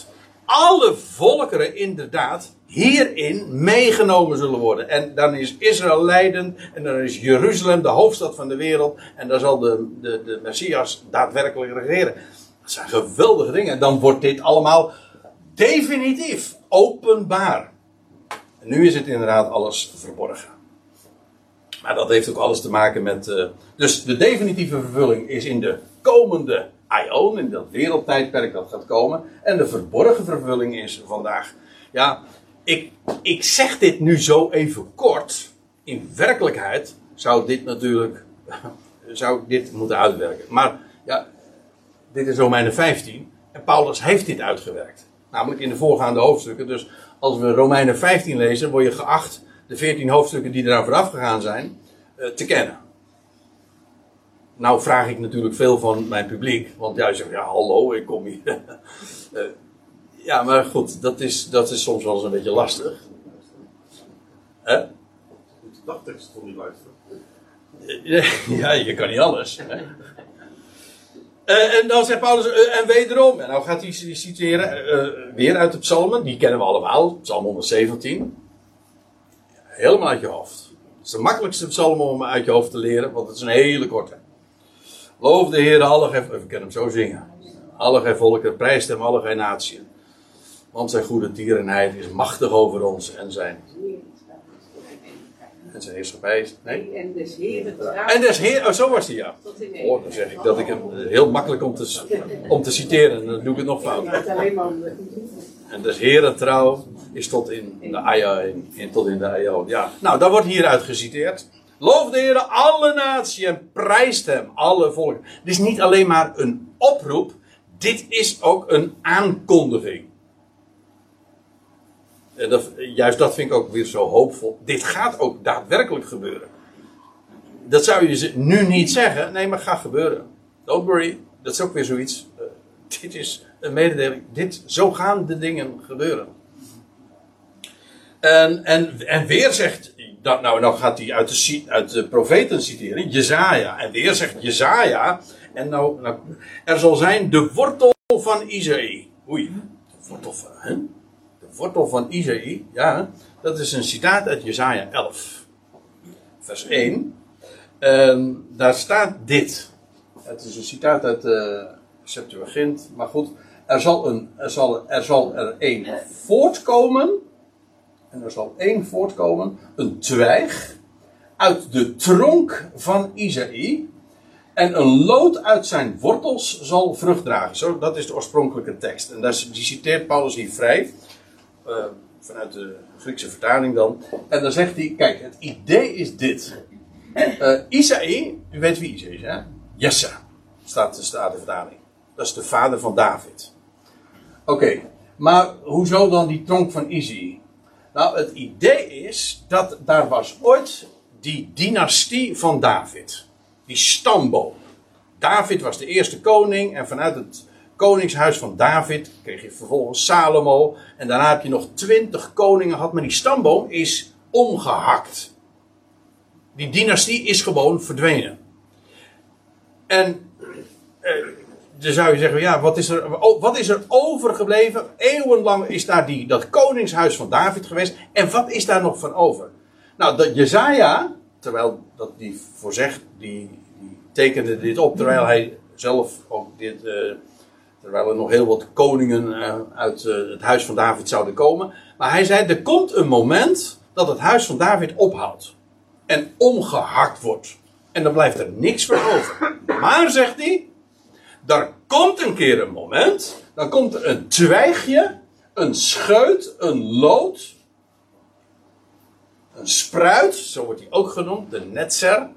alle volkeren inderdaad hierin meegenomen zullen worden. En dan is Israël leidend en dan is Jeruzalem de hoofdstad van de wereld. En dan zal de Messias daadwerkelijk regeren. Dat zijn geweldige dingen. En dan wordt dit allemaal definitief openbaar. En nu is het inderdaad alles verborgen. Maar dat heeft ook alles te maken met... dus de definitieve vervulling is in de komende aion, in dat wereldtijdperk dat gaat komen. En de verborgen vervulling is vandaag. Ja, ik zeg dit nu zo even kort. In werkelijkheid zou dit natuurlijk... zou ik dit moeten uitwerken. Maar ja, dit is Romeinen 15. En Paulus heeft dit uitgewerkt. Namelijk in de voorgaande hoofdstukken. Dus als we Romeinen 15 lezen, word je geacht de 14 hoofdstukken die eraan vooraf gegaan zijn, te kennen. Nou vraag ik natuurlijk veel van mijn publiek. Want jij zegt, ja hallo, ik kom hier. Ja, maar goed, dat is soms wel eens een beetje lastig. Hè? Moet de dagtekst toch niet luisteren? Ja, je kan niet alles. Hè? En dan zegt Paulus, en wederom, en nou gaat hij citeren, weer uit de psalmen, die kennen we allemaal, psalm 117. Helemaal uit je hoofd. Het is de makkelijkste psalm om uit je hoofd te leren, want het is een hele korte. Loof de Heer, alle gij, we kunnen hem zo zingen. Alle gij volken, prijst hem, alle gij natieën. Want zijn goede tierenheid is machtig over ons en zijn heerschappij is... Nee? En des Heeren trouw. En des Heer, oh, zo was hij, ja. Oh, dan zeg ik dat ik hem heel makkelijk om te citeren, dan doe ik het nog fout. En des Heeren trouw is tot in de aion. Ja, nou, dat wordt hieruit geciteerd. Loof de Heer alle naties en prijst hem, alle volken. Dit is niet alleen maar een oproep, dit is ook een aankondiging. Juist dat vind ik ook weer zo hoopvol. Dit gaat ook daadwerkelijk gebeuren. Dat zou je nu niet zeggen. Nee, maar het gaat gebeuren. Don't worry. Dat is ook weer zoiets. Dit is een mededeling. Zo gaan de dingen gebeuren. En weer zegt... Nou gaat hij uit de profeten citeren. Jezaja. En weer zegt Jezaja. En nou, er zal zijn de wortel van Isaïe. Oei. De wortel van... Hè? Wortel van Isaïe, ja, dat is een citaat uit Jesaja 11, vers 1. Daar staat dit. Het is een citaat uit de Septuagint, maar goed. Er zal er één voortkomen, en er zal één voortkomen, een twijg, uit de tronk van Isaïe, en een loot uit zijn wortels zal vrucht dragen. Zo, dat is de oorspronkelijke tekst. En die citeert Paulus hier vrij. Vanuit de Griekse vertaling dan. En dan zegt hij, kijk, het idee is dit. Isaïe, u weet wie Isaïe is, hè? Jessa, staat de vertaling. Dat is de vader van David. Oké, maar hoezo dan die tronk van Isaïe? Nou, het idee is dat daar was ooit die dynastie van David. Die stamboom. David was de eerste koning en vanuit het koningshuis van David kreeg je vervolgens Salomo. En daarna heb je nog 20 koningen gehad. Maar die stamboom is omgehakt. Die dynastie is gewoon verdwenen. En dan zou je zeggen, ja, wat is er overgebleven? Eeuwenlang is daar dat koningshuis van David geweest. En wat is daar nog van over? Nou, dat Jesaja, terwijl dat die voorzegt, die tekende dit op, terwijl hij zelf ook terwijl er nog heel wat koningen uit het huis van David zouden komen. Maar hij zei, er komt een moment dat het huis van David ophoudt. En omgehakt wordt. En dan blijft er niks voor over. Maar, zegt hij, er komt een keer een moment. Dan komt er een twijgje, een scheut, een loot. Een spruit, zo wordt hij ook genoemd, de netzer.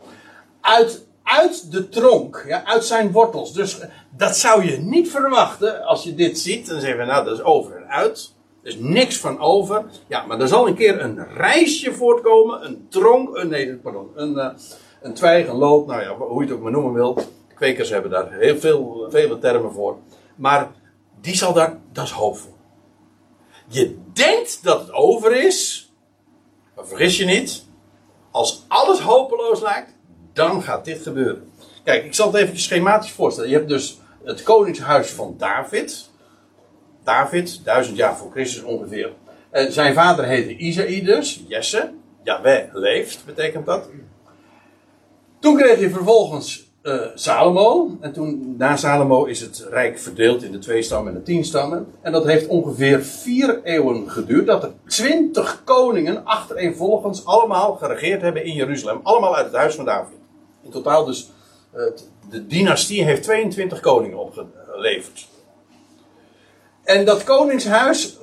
Uit de tronk, ja, uit zijn wortels. Dus dat zou je niet verwachten als je dit ziet. Dan zeggen we, nou, dat is over en uit. Er is niks van over. Ja, maar er zal een keer een rijsje voortkomen. Een tronk, een twijg, een loot. Nou ja, hoe je het ook maar noemen wilt. Kwekers hebben daar heel vele termen voor. Maar die zal daar, dat is hoopvol. Je denkt dat het over is. Maar vergis je niet. Als alles hopeloos lijkt, dan gaat dit gebeuren. Kijk, ik zal het even schematisch voorstellen. Je hebt dus het koningshuis van David. David, 1000 jaar voor Christus ongeveer. Zijn vader heette Isaïe dus, Jesse. Jahweh leeft, betekent dat. Toen kreeg je vervolgens Salomo. En toen, na Salomo is het rijk verdeeld in de 2 stammen en de 10 stammen. En dat heeft ongeveer 4 eeuwen geduurd. Dat er 20 koningen achtereenvolgens allemaal geregeerd hebben in Jeruzalem. Allemaal uit het huis van David. In totaal dus, de dynastie heeft 22 koningen opgeleverd. En dat koningshuis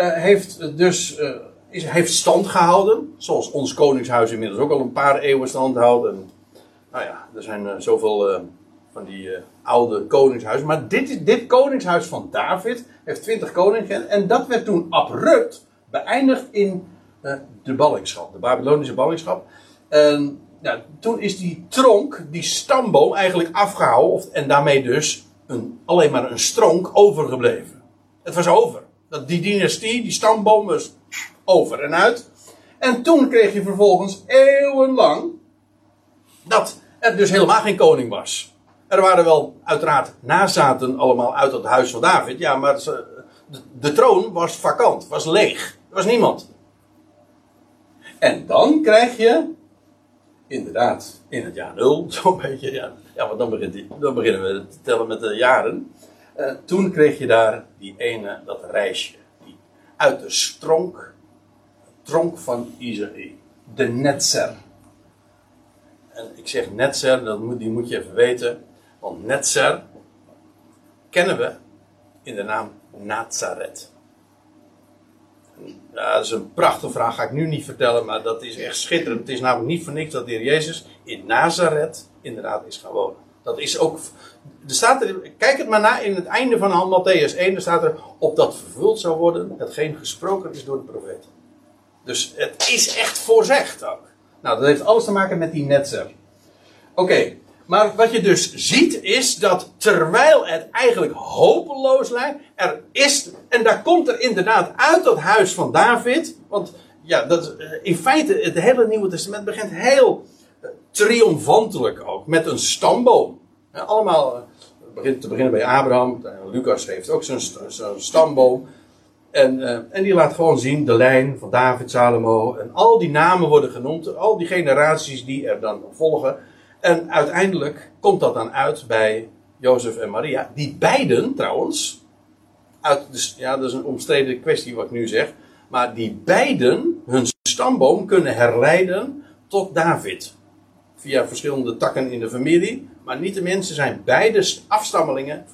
heeft stand gehouden. Zoals ons koningshuis inmiddels ook al een paar eeuwen stand houdt. En, nou ja, er zijn zoveel van die oude koningshuizen. Maar dit koningshuis van David heeft 20 koningen. En dat werd toen abrupt beëindigd in de ballingschap. De Babylonische ballingschap. En ja, toen is die tronk, die stamboom eigenlijk afgehouden. En daarmee dus alleen maar een stronk overgebleven. Het was over. Die dynastie, die stamboom was over en uit. En toen kreeg je vervolgens eeuwenlang dat er dus helemaal geen koning was. Er waren wel uiteraard nazaten allemaal uit het huis van David. Ja, maar de troon was vakant, was leeg. Er was niemand. En dan krijg je, inderdaad, in het jaar 0, zo'n beetje, ja, want dan beginnen we te tellen met de jaren. Toen kreeg je daar die ene, dat reisje. Die uit de tronk van Isaïe. De Netzer. En ik zeg Netzer, die moet je even weten. Want Netzer kennen we in de naam Nazareth. Ja, dat is een prachtige vraag, ga ik nu niet vertellen, maar dat is echt schitterend. Het is namelijk niet voor niks dat de Heer Jezus in Nazareth inderdaad is gaan wonen. Dat is ook... Er staat er, kijk het maar na in het einde van Mattheüs 1. Er staat er, opdat vervuld zou worden hetgeen gesproken is door de profeet. Dus het is echt voorzegd ook. Nou, dat heeft alles te maken met die netzer. Oké, maar wat je dus ziet is dat terwijl het eigenlijk hopeloos lijkt, er is, en daar komt er inderdaad uit dat huis van David, want ja, dat, in feite het hele Nieuwe Testament begint heel triomfantelijk ook, met een stamboom. Allemaal, te beginnen bij Abraham. Lucas heeft ook zo'n stamboom. En die laat gewoon zien de lijn van David, Salomo. En al die namen worden genoemd. Al die generaties die er dan volgen. En uiteindelijk komt dat dan uit bij Jozef en Maria. Die beiden trouwens. Dus, ja, dat is een omstreden kwestie wat ik nu zeg. Maar die beiden hun stamboom kunnen herleiden tot David. Via verschillende takken in de familie. Maar niettemin, ze zijn beide afstammelingen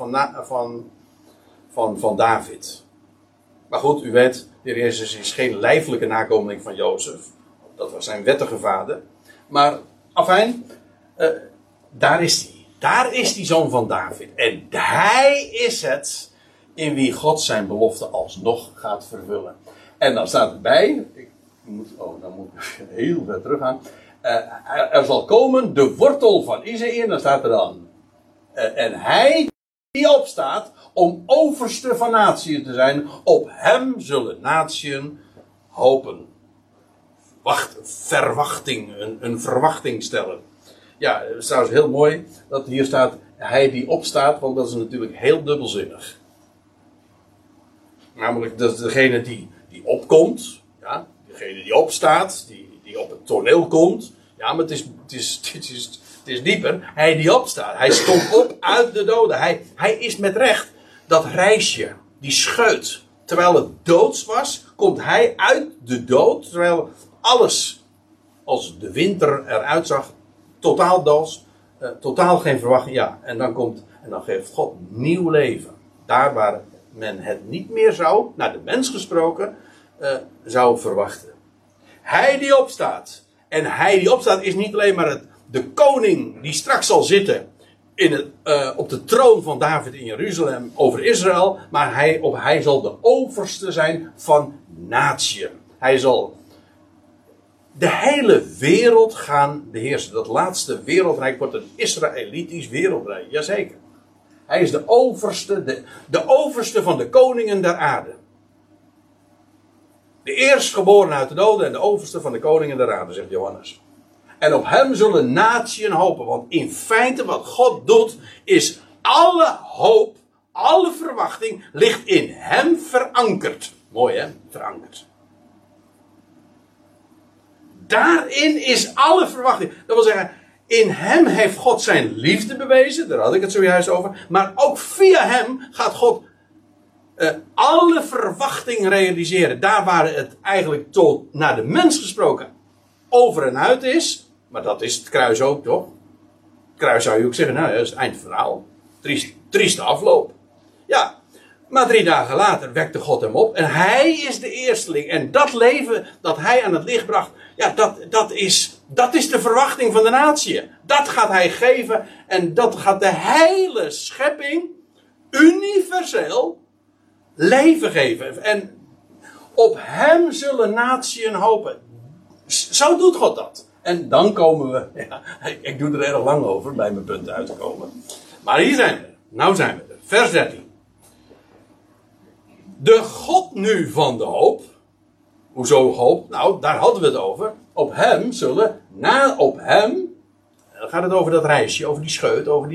van David. Maar goed, u weet, de Heer Jezus is geen lijfelijke nakomeling van Jozef. Dat was zijn wettige vader. Maar, afijn, daar is hij. Daar is die zoon van David. En hij is het in wie God zijn belofte alsnog gaat vervullen. En dan staat erbij, dan moet ik heel ver terug gaan. Er zal komen de wortel van Isaïe, en dan staat er dan. En hij die opstaat om overste van natie te zijn, op hem zullen natieën hopen. Verwachting, een verwachting stellen. Ja, het is trouwens heel mooi dat hier staat, hij die opstaat, want dat is natuurlijk heel dubbelzinnig. Namelijk, dat is degene die opkomt, ja, degene die opstaat, die op het toneel komt. Ja, maar het is dieper. Hij die opstaat. Hij stond op uit de doden. Hij is met recht dat reisje, die scheut. Terwijl het doods was, komt hij uit de dood. Terwijl alles, als de winter eruit zag, totaal doods. Totaal geen verwachting. Ja, en dan geeft God nieuw leven. Daar waar men het niet meer zou, naar de mens gesproken, zou verwachten. Hij die opstaat. En hij die opstaat is niet alleen maar de koning die straks zal zitten op de troon van David in Jeruzalem over Israël. Maar hij zal de overste zijn van natieën. Hij zal de hele wereld gaan beheersen. Dat laatste wereldrijk wordt een Israëlitisch wereldrijk. Jazeker. Hij is de overste van de koningen der aarde. De eerstgeboren uit de doden en de overste van de koningen der aarde, zegt Johannes. En op hem zullen natieën hopen. Want in feite wat God doet, is alle hoop, alle verwachting ligt in hem verankerd. Mooi hè, verankerd. Daarin is alle verwachting. Dat wil zeggen, in hem heeft God zijn liefde bewezen. Daar had ik het zojuist over. Maar ook via hem gaat God alle verwachting realiseren. Daar waar het eigenlijk tot naar de mens gesproken over en uit is. Maar dat is het kruis ook toch? Het kruis zou je ook zeggen, nou dat is het eindverhaal. Trieste afloop. Ja, maar 3 dagen later wekte God hem op. En hij is de eersteling. En dat leven dat hij aan het licht bracht. Ja, dat is de verwachting van de natie. Dat gaat hij geven. En dat gaat de hele schepping universeel leven geven. En op hem zullen natieën hopen. Zo doet God dat. En dan komen we... Ja, ik doe er erg lang over bij mijn punten uit te komen. Maar hier zijn we. Nou zijn we er. Vers 13. De God nu van de hoop. Hoezo hoop? Nou, daar hadden we het over. Op hem zullen, op hem. Dan gaat het over dat reisje, over die scheut, over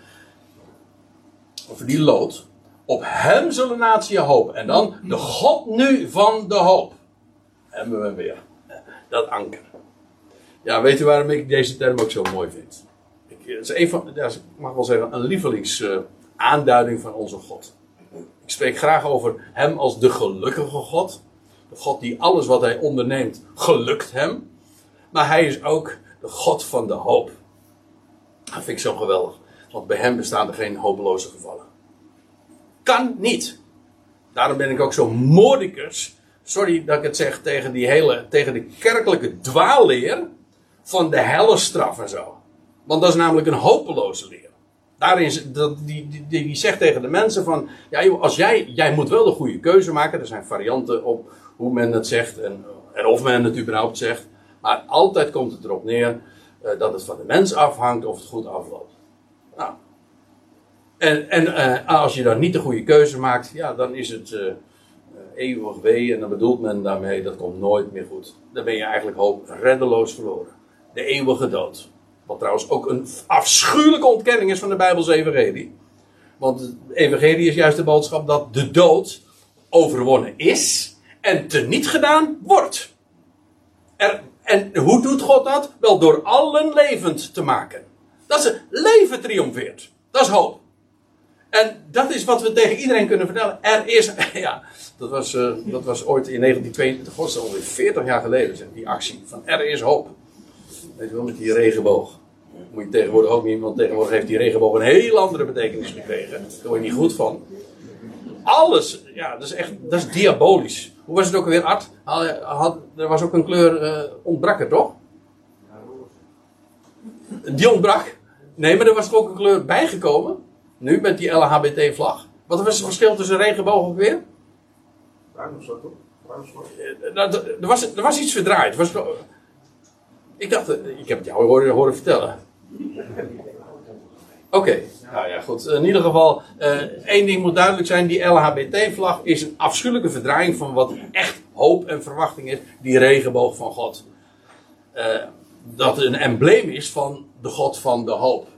die lood. Op hem zullen natieën hopen. En dan de God nu van de hoop. Hebben we weer. Dat anker. Ja, weet u waarom ik deze term ook zo mooi vind? Het is ik mag wel zeggen, een lievelingsaanduiding van onze God. Ik spreek graag over hem als de gelukkige God. De God die alles wat hij onderneemt, gelukt hem. Maar hij is ook de God van de hoop. Dat vind ik zo geweldig. Want bij hem bestaan er geen hopeloze gevallen. Kan niet. Daarom ben ik ook zo mordicus. Sorry dat ik het zeg tegen de kerkelijke dwaalleer van de hellestraf en zo. Want dat is namelijk een hopeloze leer. Daarin, die zegt tegen de mensen van, ja joh, als jij moet wel de goede keuze maken. Er zijn varianten op hoe men het zegt en of men het überhaupt zegt. Maar altijd komt het erop neer dat het van de mens afhangt of het goed afloopt. Nou. En als je dan niet de goede keuze maakt, ja, dan is het eeuwig wee. En dan bedoelt men daarmee, dat komt nooit meer goed. Dan ben je eigenlijk reddeloos verloren. De eeuwige dood. Wat trouwens ook een afschuwelijke ontkenning is van de Bijbelse evangelie. Want het evangelie is juist de boodschap dat de dood overwonnen is en teniet gedaan wordt. En hoe doet God dat? Wel door allen levend te maken. Dat is leven triomfeert. Dat is hoop. En dat is wat we tegen iedereen kunnen vertellen. Er is, ja, dat was ooit in 1922, dat is alweer 40 jaar geleden, die actie van er is hoop. Weet je wel, met die regenboog. Moet je tegenwoordig ook niet, want tegenwoordig heeft die regenboog een heel andere betekenis gekregen. Daar word je niet goed van. Alles, ja, dat is diabolisch. Hoe was het ook alweer, Art? Er was ook een kleur, ontbrak er toch? Die ontbrak? Nee, maar er was ook een kleur bijgekomen. Nu met die LHBT-vlag. Wat was het verschil tussen regenboog ook weer? Bruin of zo toch? Er was iets verdraaid. Ik dacht, ik heb het jou horen vertellen. Oké, nou ja, goed. In ieder geval, één ding moet duidelijk zijn. Die LHBT-vlag is een afschuwelijke verdraaiing van wat echt hoop en verwachting is. Die regenboog van God. Dat een embleem is van de God van de hoop.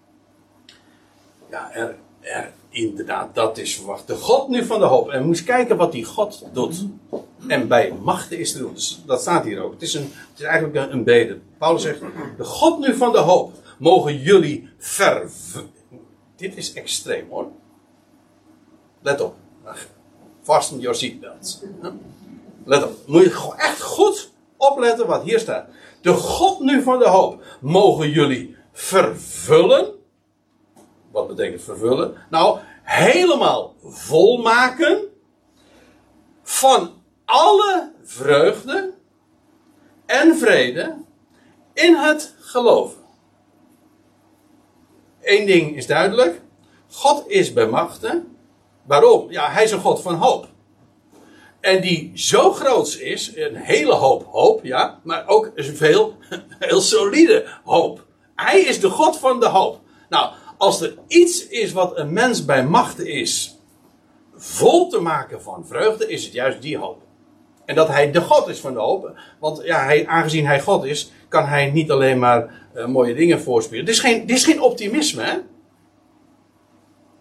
Ja, inderdaad, dat is verwacht. De God nu van de hoop. En moest kijken wat die God doet. En bij machten is te doen. Dus dat staat hier ook. Het is eigenlijk een bede. Paulus zegt, de God nu van de hoop. Mogen jullie Dit is extreem hoor. Let op. Fasten your seatbelts. Let op. Moet je echt goed opletten wat hier staat. De God nu van de hoop. Mogen jullie vervullen. Wat betekent vervullen? Nou, helemaal volmaken van alle vreugde en vrede in het geloven. Eén ding is duidelijk. God is bij machten. Waarom? Ja, hij is een God van hoop. En die zo groots is, een hele hoop hoop, ja, maar ook heel solide hoop. Hij is de God van de hoop. Nou, als er iets is wat een mens bij machten is, vol te maken van vreugde, is het juist die hoop. En dat hij de God is van de hoop. Want ja, aangezien hij God is, kan hij niet alleen maar mooie dingen voorspelen. Dit is geen optimisme, hè?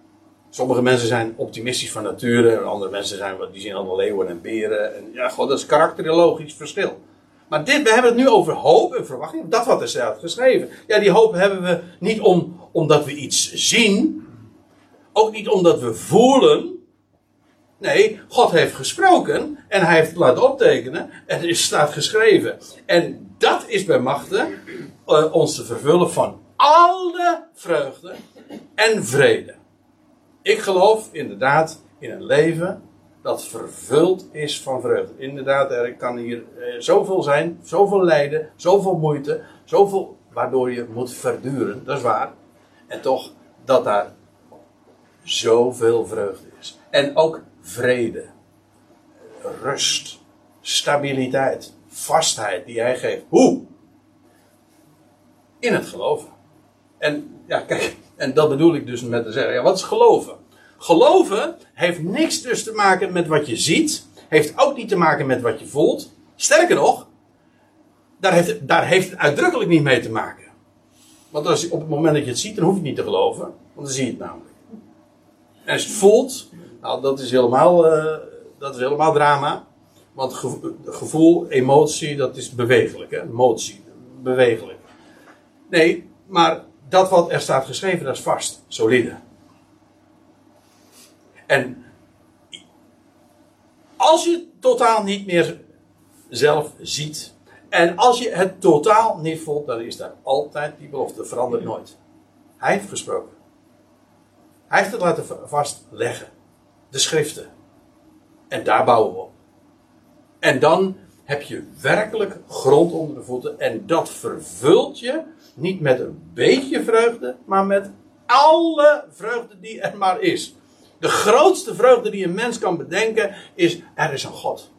Sommige mensen zijn optimistisch van nature. En andere mensen die zien allemaal leeuwen en beren. En ja, god, dat is karakterologisch verschil. Maar we hebben het nu over hoop en verwachting. Dat wat er staat geschreven. Ja, die hoop hebben we niet omdat we iets zien. Ook niet omdat we voelen. Nee, God heeft gesproken. En hij heeft het laten optekenen. En er staat geschreven. En dat is bij machte ons te vervullen van alle vreugde en vrede. Ik geloof inderdaad in een leven dat vervuld is van vreugde. Inderdaad, er kan hier zoveel zijn, zoveel lijden, zoveel moeite, zoveel waardoor je moet verduren, dat is waar. En toch dat daar zoveel vreugde is. En ook vrede, rust, stabiliteit, vastheid die hij geeft. Hoe? In het geloven. En ja, kijk, en dat bedoel ik dus met te zeggen, ja, wat is geloven? Geloven heeft niks dus te maken met wat je ziet. Heeft ook niet te maken met wat je voelt. Sterker nog, daar heeft het uitdrukkelijk niet mee te maken. Want op het moment dat je het ziet, dan hoef je het niet te geloven. Want dan zie je het namelijk. En als je het voelt, nou, dat is helemaal drama. Want gevoel, emotie, dat is bewegelijk. Hè? Emotie, bewegelijk. Nee, maar dat wat er staat geschreven, dat is vast, solide. En als je het totaal niet meer zelf ziet, en als je het totaal niet voelt, dan is daar altijd die belofte, verandert nooit. Hij heeft gesproken. Hij heeft het laten vastleggen. De schriften. En daar bouwen we op. En dan heb je werkelijk grond onder de voeten. En dat vervult je niet met een beetje vreugde, maar met alle vreugde die er maar is. De grootste vreugde die een mens kan bedenken is, er is een God.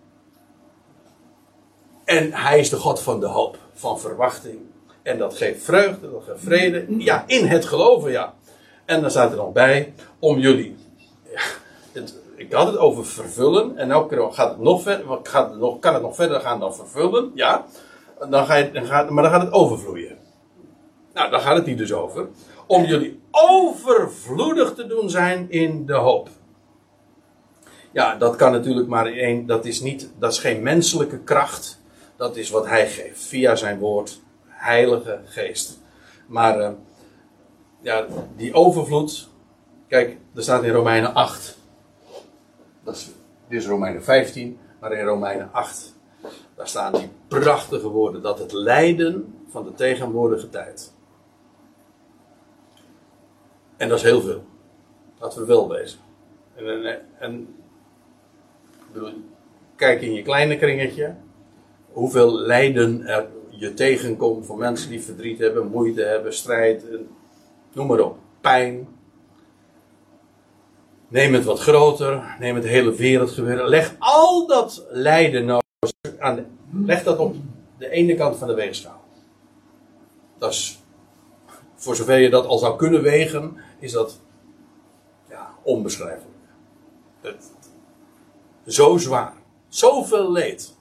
En hij is de God van de hoop, van verwachting. En dat geeft vreugde, dat geeft vrede. Ja, in het geloven, ja. En dan staat er nog bij, om jullie... Ja, ik had het over vervullen. En elke keer gaat het nog verder. Kan het nog verder gaan dan vervullen? Ja. Maar dan gaat het overvloeien. Nou, daar gaat het hier dus over. Om jullie overvloedig te doen zijn in de hoop. Ja, dat kan natuurlijk maar in één. Dat is geen menselijke kracht. Dat is wat hij geeft. Via zijn woord. Heilige Geest. Maar ja, die overvloed. Kijk, er staat in Romeinen 8. Dit is Romeinen 15. Maar in Romeinen 8. Daar staan die prachtige woorden. Dat het lijden van de tegenwoordige tijd. En dat is heel veel. Laten we wel wezen. Kijk in je kleine kringetje. Hoeveel lijden er je tegenkomt voor mensen die verdriet hebben, moeite hebben, strijd. Noem maar op. Pijn. Neem het wat groter. Neem het hele wereldgebeuren. Leg al dat lijden nou leg dat op de ene kant van de weegschaal. Dat is, voor zover je dat al zou kunnen wegen, is dat ja, onbeschrijfelijk. Zo zwaar. Zoveel leed.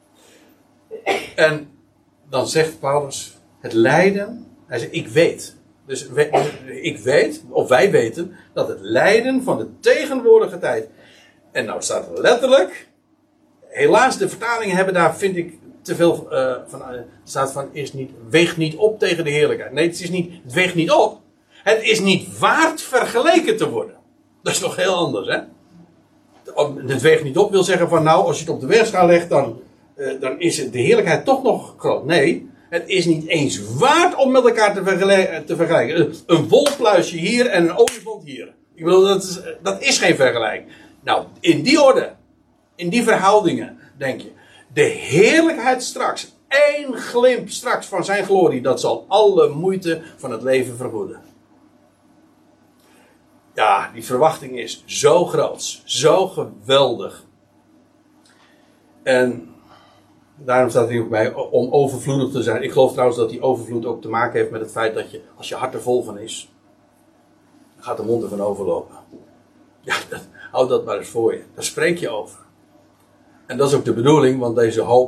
En dan zegt Paulus, het lijden, hij zegt, ik weet. Dus ik weet, of wij weten, dat het lijden van de tegenwoordige tijd. En nou staat er letterlijk, helaas de vertalingen hebben daar, vind ik, te veel van. Staat van, weegt niet op tegen de heerlijkheid. Nee, het weegt niet op. Het is niet waard vergeleken te worden. Dat is nog heel anders, hè? Het weegt niet op wil zeggen van, nou, als je het op de weegschaal legt, dan is de heerlijkheid toch nog groot. Nee, het is niet eens waard om met elkaar te vergelijken. Een wolpluisje hier en een olifant hier. Ik bedoel, dat is geen vergelijking. Nou, in die orde, in die verhoudingen, denk je, de heerlijkheid straks, één glimp straks van zijn glorie, dat zal alle moeite van het leven vergoeden. Ja, die verwachting is zo groot, zo geweldig. En daarom staat er ook bij om overvloedig te zijn. Ik geloof trouwens dat die overvloed ook te maken heeft met het feit dat als je hart er vol van is, dan gaat de mond ervan overlopen. Ja, houd dat maar eens voor je. Daar spreek je over. En dat is ook de bedoeling, want deze hoop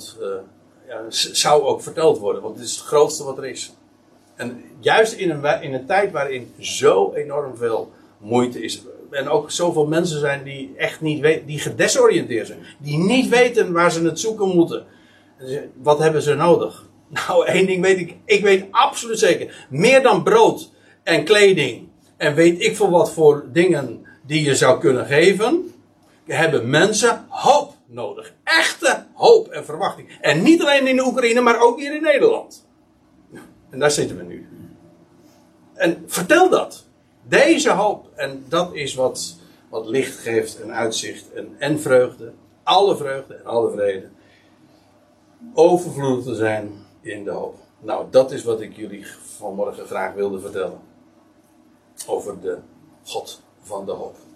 zou ook verteld worden. Want het is het grootste wat er is. En juist in een tijd waarin zo enorm veel moeite is. En ook zoveel mensen zijn die echt niet weten, die gedesoriënteerd zijn. Die niet weten waar ze het zoeken moeten. Wat hebben ze nodig? Nou, één ding weet ik. Ik weet absoluut zeker. Meer dan brood en kleding. En weet ik veel wat voor dingen die je zou kunnen geven. Hebben mensen hoop nodig. Echte hoop en verwachting. En niet alleen in de Oekraïne, maar ook hier in Nederland. En daar zitten we nu. En vertel dat. Deze hoop. En dat is wat licht geeft en uitzicht en vreugde. Alle vreugde en alle vrede. Overvloedig te zijn in de hoop. Nou, dat is wat ik jullie vanmorgen graag wilde vertellen. Over de God van de hoop.